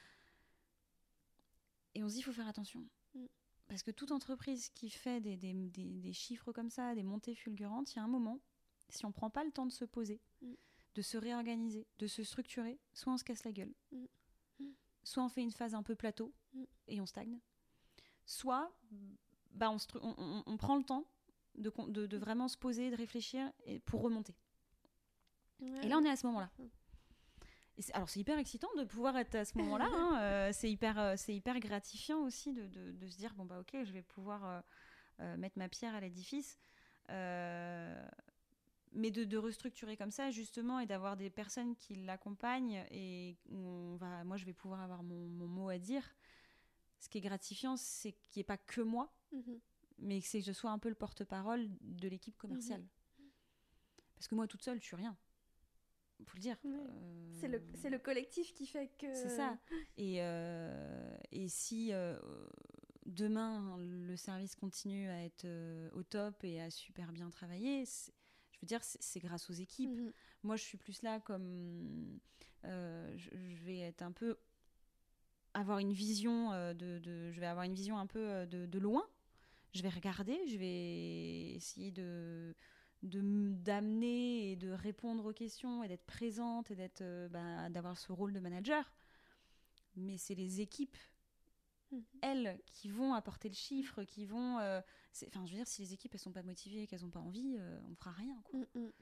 Et on se dit, il faut faire attention. Parce que toute entreprise qui fait des chiffres comme ça, des montées fulgurantes, il y a un moment, si on ne prend pas le temps de se poser, de se réorganiser, de se structurer, soit on se casse la gueule, soit on fait une phase un peu plateau et on stagne, soit on prend le temps de vraiment se poser, de réfléchir pour remonter. Et là, on est à ce moment-là. Alors, c'est hyper excitant de pouvoir être à ce moment-là. Hein. C'est hyper gratifiant aussi de se dire, ok, je vais pouvoir mettre ma pierre à l'édifice. Mais de restructurer comme ça, justement, et d'avoir des personnes qui l'accompagnent et moi, je vais pouvoir avoir mon mot à dire. Ce qui est gratifiant, c'est qu'il n'y ait pas que moi, mais que je sois un peu le porte-parole de l'équipe commerciale. Parce que moi, toute seule, je suis rien. Il faut le dire. C'est le collectif qui fait que... C'est ça. Et si demain, le service continue à être au top et à super bien travailler, je veux dire, c'est grâce aux équipes. Moi, je suis plus là comme... je vais être un peu... avoir une vision je vais avoir une vision un peu de loin. Je vais regarder, je vais essayer de d'amener et de répondre aux questions et d'être présente et d'avoir ce rôle de manager. Mais c'est les équipes, elles, qui vont apporter le chiffre, qui vont... je veux dire, si les équipes, elles sont pas motivées et qu'elles n'ont pas envie, on fera rien, quoi.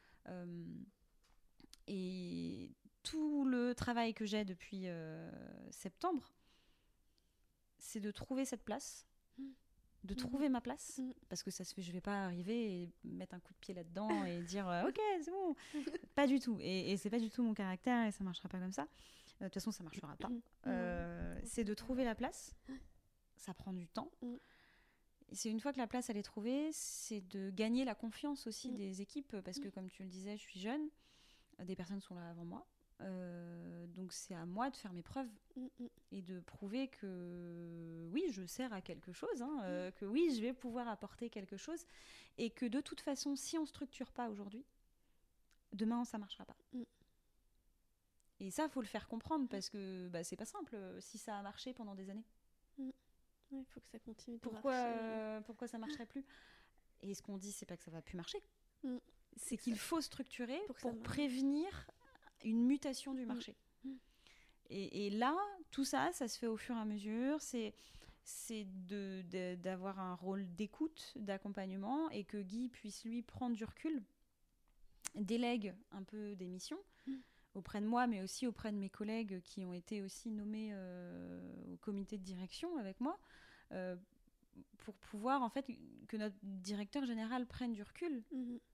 Et tout le travail que j'ai depuis septembre, c'est de trouver cette place, de trouver ma place, parce que ça se fait, je vais pas arriver et mettre un coup de pied là-dedans et dire ok, c'est bon, pas du tout, et c'est pas du tout mon caractère et ça marchera pas comme ça. De toute façon, ça marchera pas. C'est de trouver la place, ça prend du temps. Et c'est une fois que la place elle est trouvée, c'est de gagner la confiance aussi des équipes, parce que comme tu le disais, je suis jeune, des personnes sont là avant moi. Donc c'est à moi de faire mes preuves et de prouver que oui, je sers à quelque chose, que oui, je vais pouvoir apporter quelque chose, et que de toute façon, si on ne structure pas aujourd'hui, demain ça ne marchera pas. Et ça, il faut le faire comprendre, parce que c'est pas simple si ça a marché pendant des années. Il faut que ça continue de marcher. Pourquoi ça ne marcherait plus ? Et ce qu'on dit, c'est pas que ça va plus marcher, c'est qu'il faut structurer pour prévenir une mutation du marché. Et là, tout ça, ça se fait au fur et à mesure. C'est d'avoir un rôle d'écoute, d'accompagnement, et que Guy puisse, lui, prendre du recul, délègue un peu des missions auprès de moi, mais aussi auprès de mes collègues qui ont été aussi nommés au comité de direction avec moi, pour pouvoir, en fait, que notre directeur général prenne du recul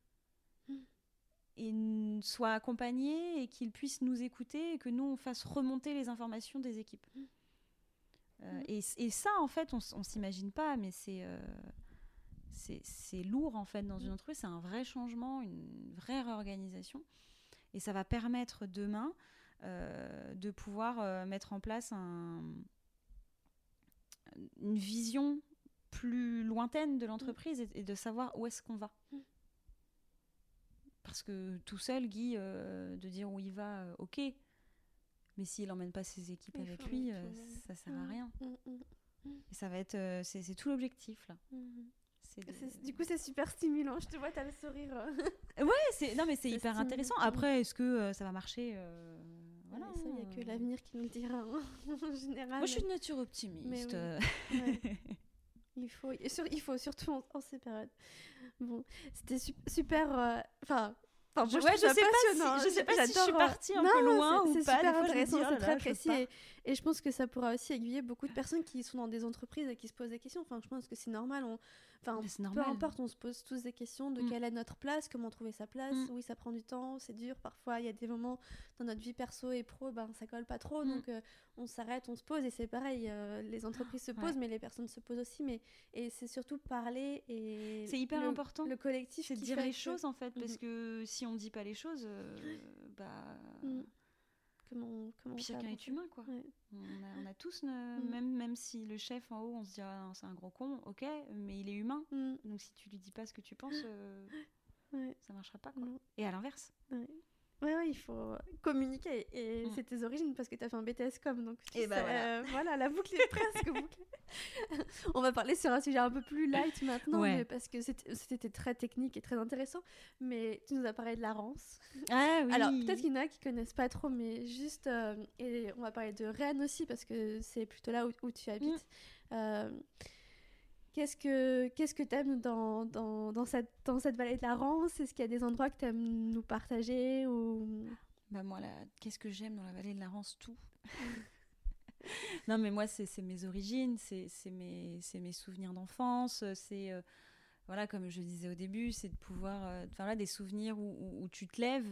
et soit accompagné, et qu'il puisse nous écouter, et que nous, on fasse remonter les informations des équipes. Et ça, en fait, on s'imagine pas, mais c'est lourd, en fait, dans une entreprise. C'est un vrai changement, une vraie réorganisation. Et ça va permettre demain de pouvoir mettre en place une vision plus lointaine de l'entreprise, et de savoir où est-ce qu'on va. Parce que tout seul, Guy, de dire où il va, ok, mais s'il n'emmène pas ses équipes avec lui, ça ne sert à rien. Et ça va être... c'est tout l'objectif, là. Du coup, c'est super stimulant. Je te vois, tu as le sourire. Ouais, non, mais c'est hyper stimulant. Intéressant. Après, est-ce que ça va marcher voilà, ça, il n'y a que l'avenir qui nous le dira, en général. Moi, je suis de nature optimiste. Il faut surtout en ces périodes. Bon, c'était super... je sais pas si je suis partie un peu loin ou pas. C'est super intéressant, c'est très précis. Et je pense que ça pourra aussi aiguiller beaucoup de personnes qui sont dans des entreprises et qui se posent des questions. Enfin, je pense que c'est normal. Peu importe, on se pose tous des questions de quelle est notre place, comment trouver sa place. Oui, ça prend du temps, c'est dur. Parfois, il y a des moments dans notre vie perso et pro, ça colle pas trop. Donc, on s'arrête, on se pose. Et c'est pareil, les entreprises se posent, mais les personnes se posent aussi. Et c'est surtout parler. Et c'est hyper important. Le collectif, c'est de dire les choses, en fait. Parce que si on ne dit pas les choses, Comment puis chacun est humain, quoi. On a tous, même si le chef en haut, on se dit c'est un gros con, ok, mais il est humain. Donc si tu lui dis pas ce que tu penses, ça marchera pas, quoi. Et à l'inverse. Ouais, il faut communiquer. Et c'est tes origines, parce que tu as fait un BTS Com. Donc voilà, la boucle est presque bouclée. On va parler sur un sujet un peu plus light maintenant, parce que c'était très technique et très intéressant. Mais tu nous as parlé de la Rance. Ah oui. Alors, peut-être qu'il y en a qui connaissent pas trop, mais juste... et on va parler de Rennes aussi, parce que c'est plutôt là où tu habites. Qu'est-ce que tu aimes dans cette vallée de la Rance ? Est-ce qu'il y a des endroits que tu aimes nous partager ou... Moi, qu'est-ce que j'aime dans la vallée de la Rance ? Tout. Non, mais moi, c'est mes origines, c'est mes souvenirs d'enfance, c'est... voilà, comme je disais au début, c'est de pouvoir... des souvenirs où tu te lèves,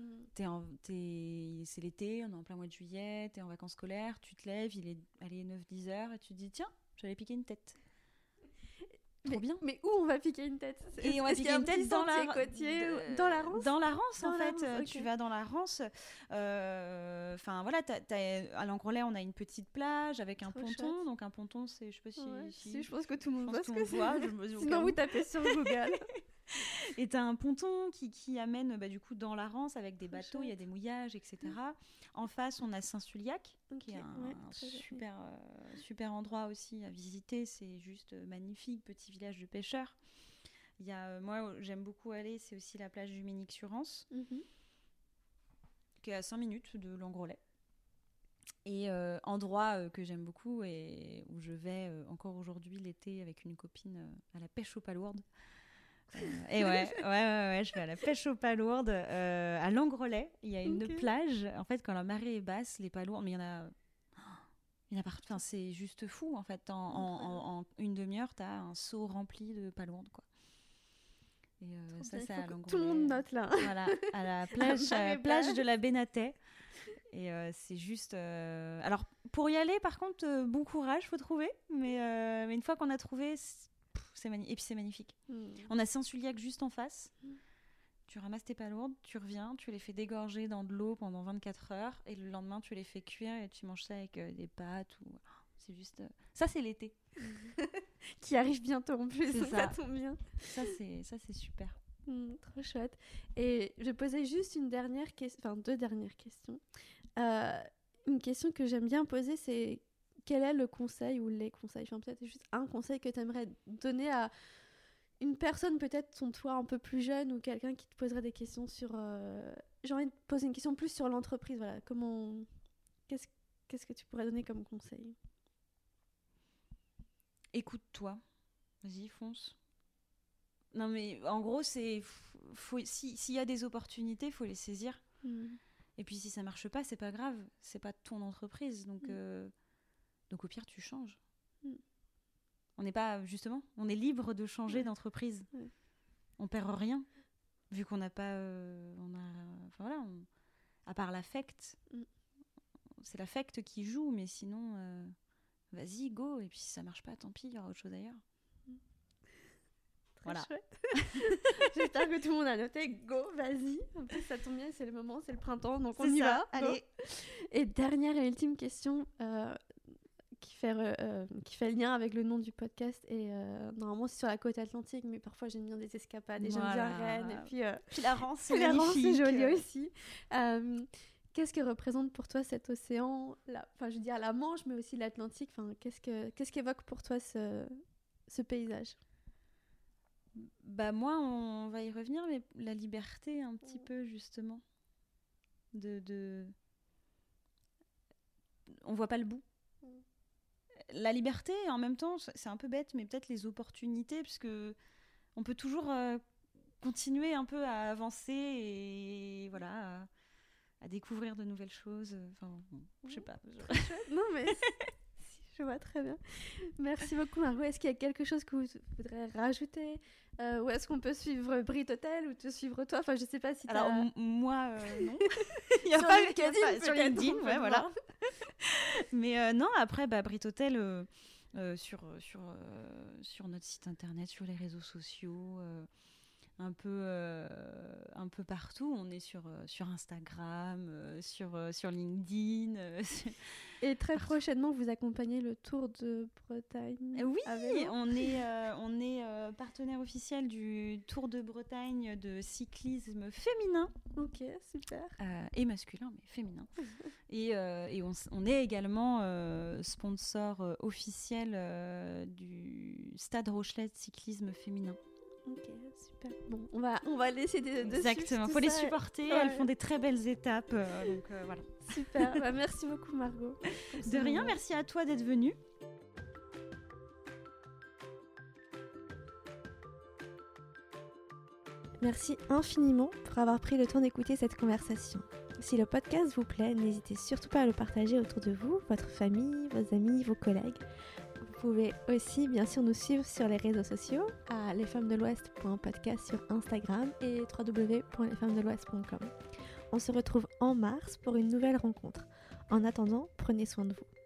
c'est l'été, on est en plein mois de juillet, t'es en vacances scolaires, tu te lèves, il est 9-10 heures, et tu te dis, tiens, j'allais piquer une tête. Trop bien. Mais où on va piquer une tête ? Et on va piquer une tête dans la Rance. Dans la Rance, en fait. Okay. Tu vas dans la Rance. À Langrelais, on a une petite plage avec un ponton. Chouette. Donc un ponton, c'est, je sais pas si je pense que tout le monde voit ce que c'est. Sinon, vous tapez sur Google. Et t'as un ponton qui amène du coup dans la Rance avec des bateaux, il y a des mouillages, etc. En face, on a Saint-Suliac, qui est un super endroit aussi à visiter. C'est juste magnifique, petit village de pêcheurs. Il y a, moi, j'aime beaucoup aller, c'est aussi la plage du Ménic-sur-Rance, qui est à 5 minutes de Langrolais. Et endroit que j'aime beaucoup et où je vais encore aujourd'hui l'été avec une copine à la pêche aux palourdes. Et ouais, je vais à la pêche aux palourdes à Langrolais. Il y a une plage. En fait, quand la marée est basse, les palourdes, mais il y en a partout. Enfin, c'est juste fou en fait. En une demi-heure, t'as un seau rempli de palourdes, quoi. Et ça, c'est à Langrolais. Tout le monde note là. Voilà, à la plage de la Bénatais. Et c'est juste. Alors, pour y aller, par contre, bon courage, faut trouver. Mais une fois qu'on a trouvé, et puis c'est magnifique. On a Saint-Suliac juste en face. Tu ramasses tes palourdes, tu reviens, tu les fais dégorger dans de l'eau pendant 24 heures. Et le lendemain, tu les fais cuire et tu manges ça avec des pâtes. C'est juste. Ça, c'est l'été. Qui arrive bientôt en plus. Ça tombe bien. Ça, c'est super. Trop chouette. Et je posais juste deux dernières questions. Une question que j'aime bien poser, c'est quel est le conseil ou les conseils, enfin peut-être juste un conseil que tu aimerais donner à une personne, peut-être son toi un peu plus jeune ou quelqu'un qui te poserait des questions sur... J'ai envie de poser une question plus sur l'entreprise. Voilà. Qu'est-ce que tu pourrais donner comme conseil ? Écoute-toi. Vas-y, fonce. Non mais en gros, s'il y a des opportunités, il faut les saisir. Et puis si ça marche pas, c'est pas grave. C'est pas ton entreprise. Donc au pire, tu changes. On n'est pas, justement, on est libre de changer d'entreprise. On perd rien, vu qu'on n'a pas... à part l'affect. C'est l'affect qui joue, mais sinon, vas-y, go. Et puis si ça marche pas, tant pis, il y aura autre chose ailleurs. Voilà. J'espère que tout le monde a noté. Go, vas-y. En plus, ça tombe bien, c'est le moment, c'est le printemps, donc on y va. Allez. Et dernière et ultime question qui fait lien avec le nom du podcast. Et normalement, c'est sur la côte atlantique, mais parfois j'aime bien des escapades. Et j'aime bien Rennes. Et puis la Rance, c'est magnifique. La Rance, c'est joli aussi. Qu'est-ce que représente pour toi cet océan, je veux dire la Manche, mais aussi l'Atlantique. Qu'est-ce qu'évoque pour toi ce paysage ? Bah moi, on va y revenir, mais la liberté un petit peu, justement. On voit pas le bout. La liberté, en même temps, c'est un peu bête, mais peut-être les opportunités, puisque on peut toujours continuer un peu à avancer et voilà, à découvrir de nouvelles choses. Enfin, je sais pas. Non, mais... Je vois très bien. Merci beaucoup, Margot. Est-ce qu'il y a quelque chose que vous voudrez rajouter ou est-ce qu'on peut suivre Brit Hotel ou te suivre toi ? Enfin, je sais pas si Alors, moi, non. Il y a pas LinkedIn, sur LinkedIn, ouais, voilà. Mais non, après, Brit Hotel, sur notre site internet, sur les réseaux sociaux, un peu partout. On est sur Instagram, sur LinkedIn. Et très prochainement, vous accompagnez le Tour de Bretagne. Oui, on est partenaire officiel du Tour de Bretagne de cyclisme féminin. Ok, super. Et masculin, mais féminin. Et on est également sponsor officiel du Stade Rochelet de cyclisme féminin. Ok, super. Bon, on va laisser dessus. Exactement, il faut les supporter, elles font des très belles étapes. Donc voilà. Super, merci beaucoup Margot. De rien, merci à toi d'être venue. Merci infiniment pour avoir pris le temps d'écouter cette conversation. Si le podcast vous plaît, n'hésitez surtout pas à le partager autour de vous, votre famille, vos amis, vos collègues. Vous pouvez aussi bien sûr nous suivre sur les réseaux sociaux à lesfemmesdelouest.podcast sur Instagram et www.lesfemmesdelouest.com. On se retrouve en mars pour une nouvelle rencontre. En attendant, prenez soin de vous.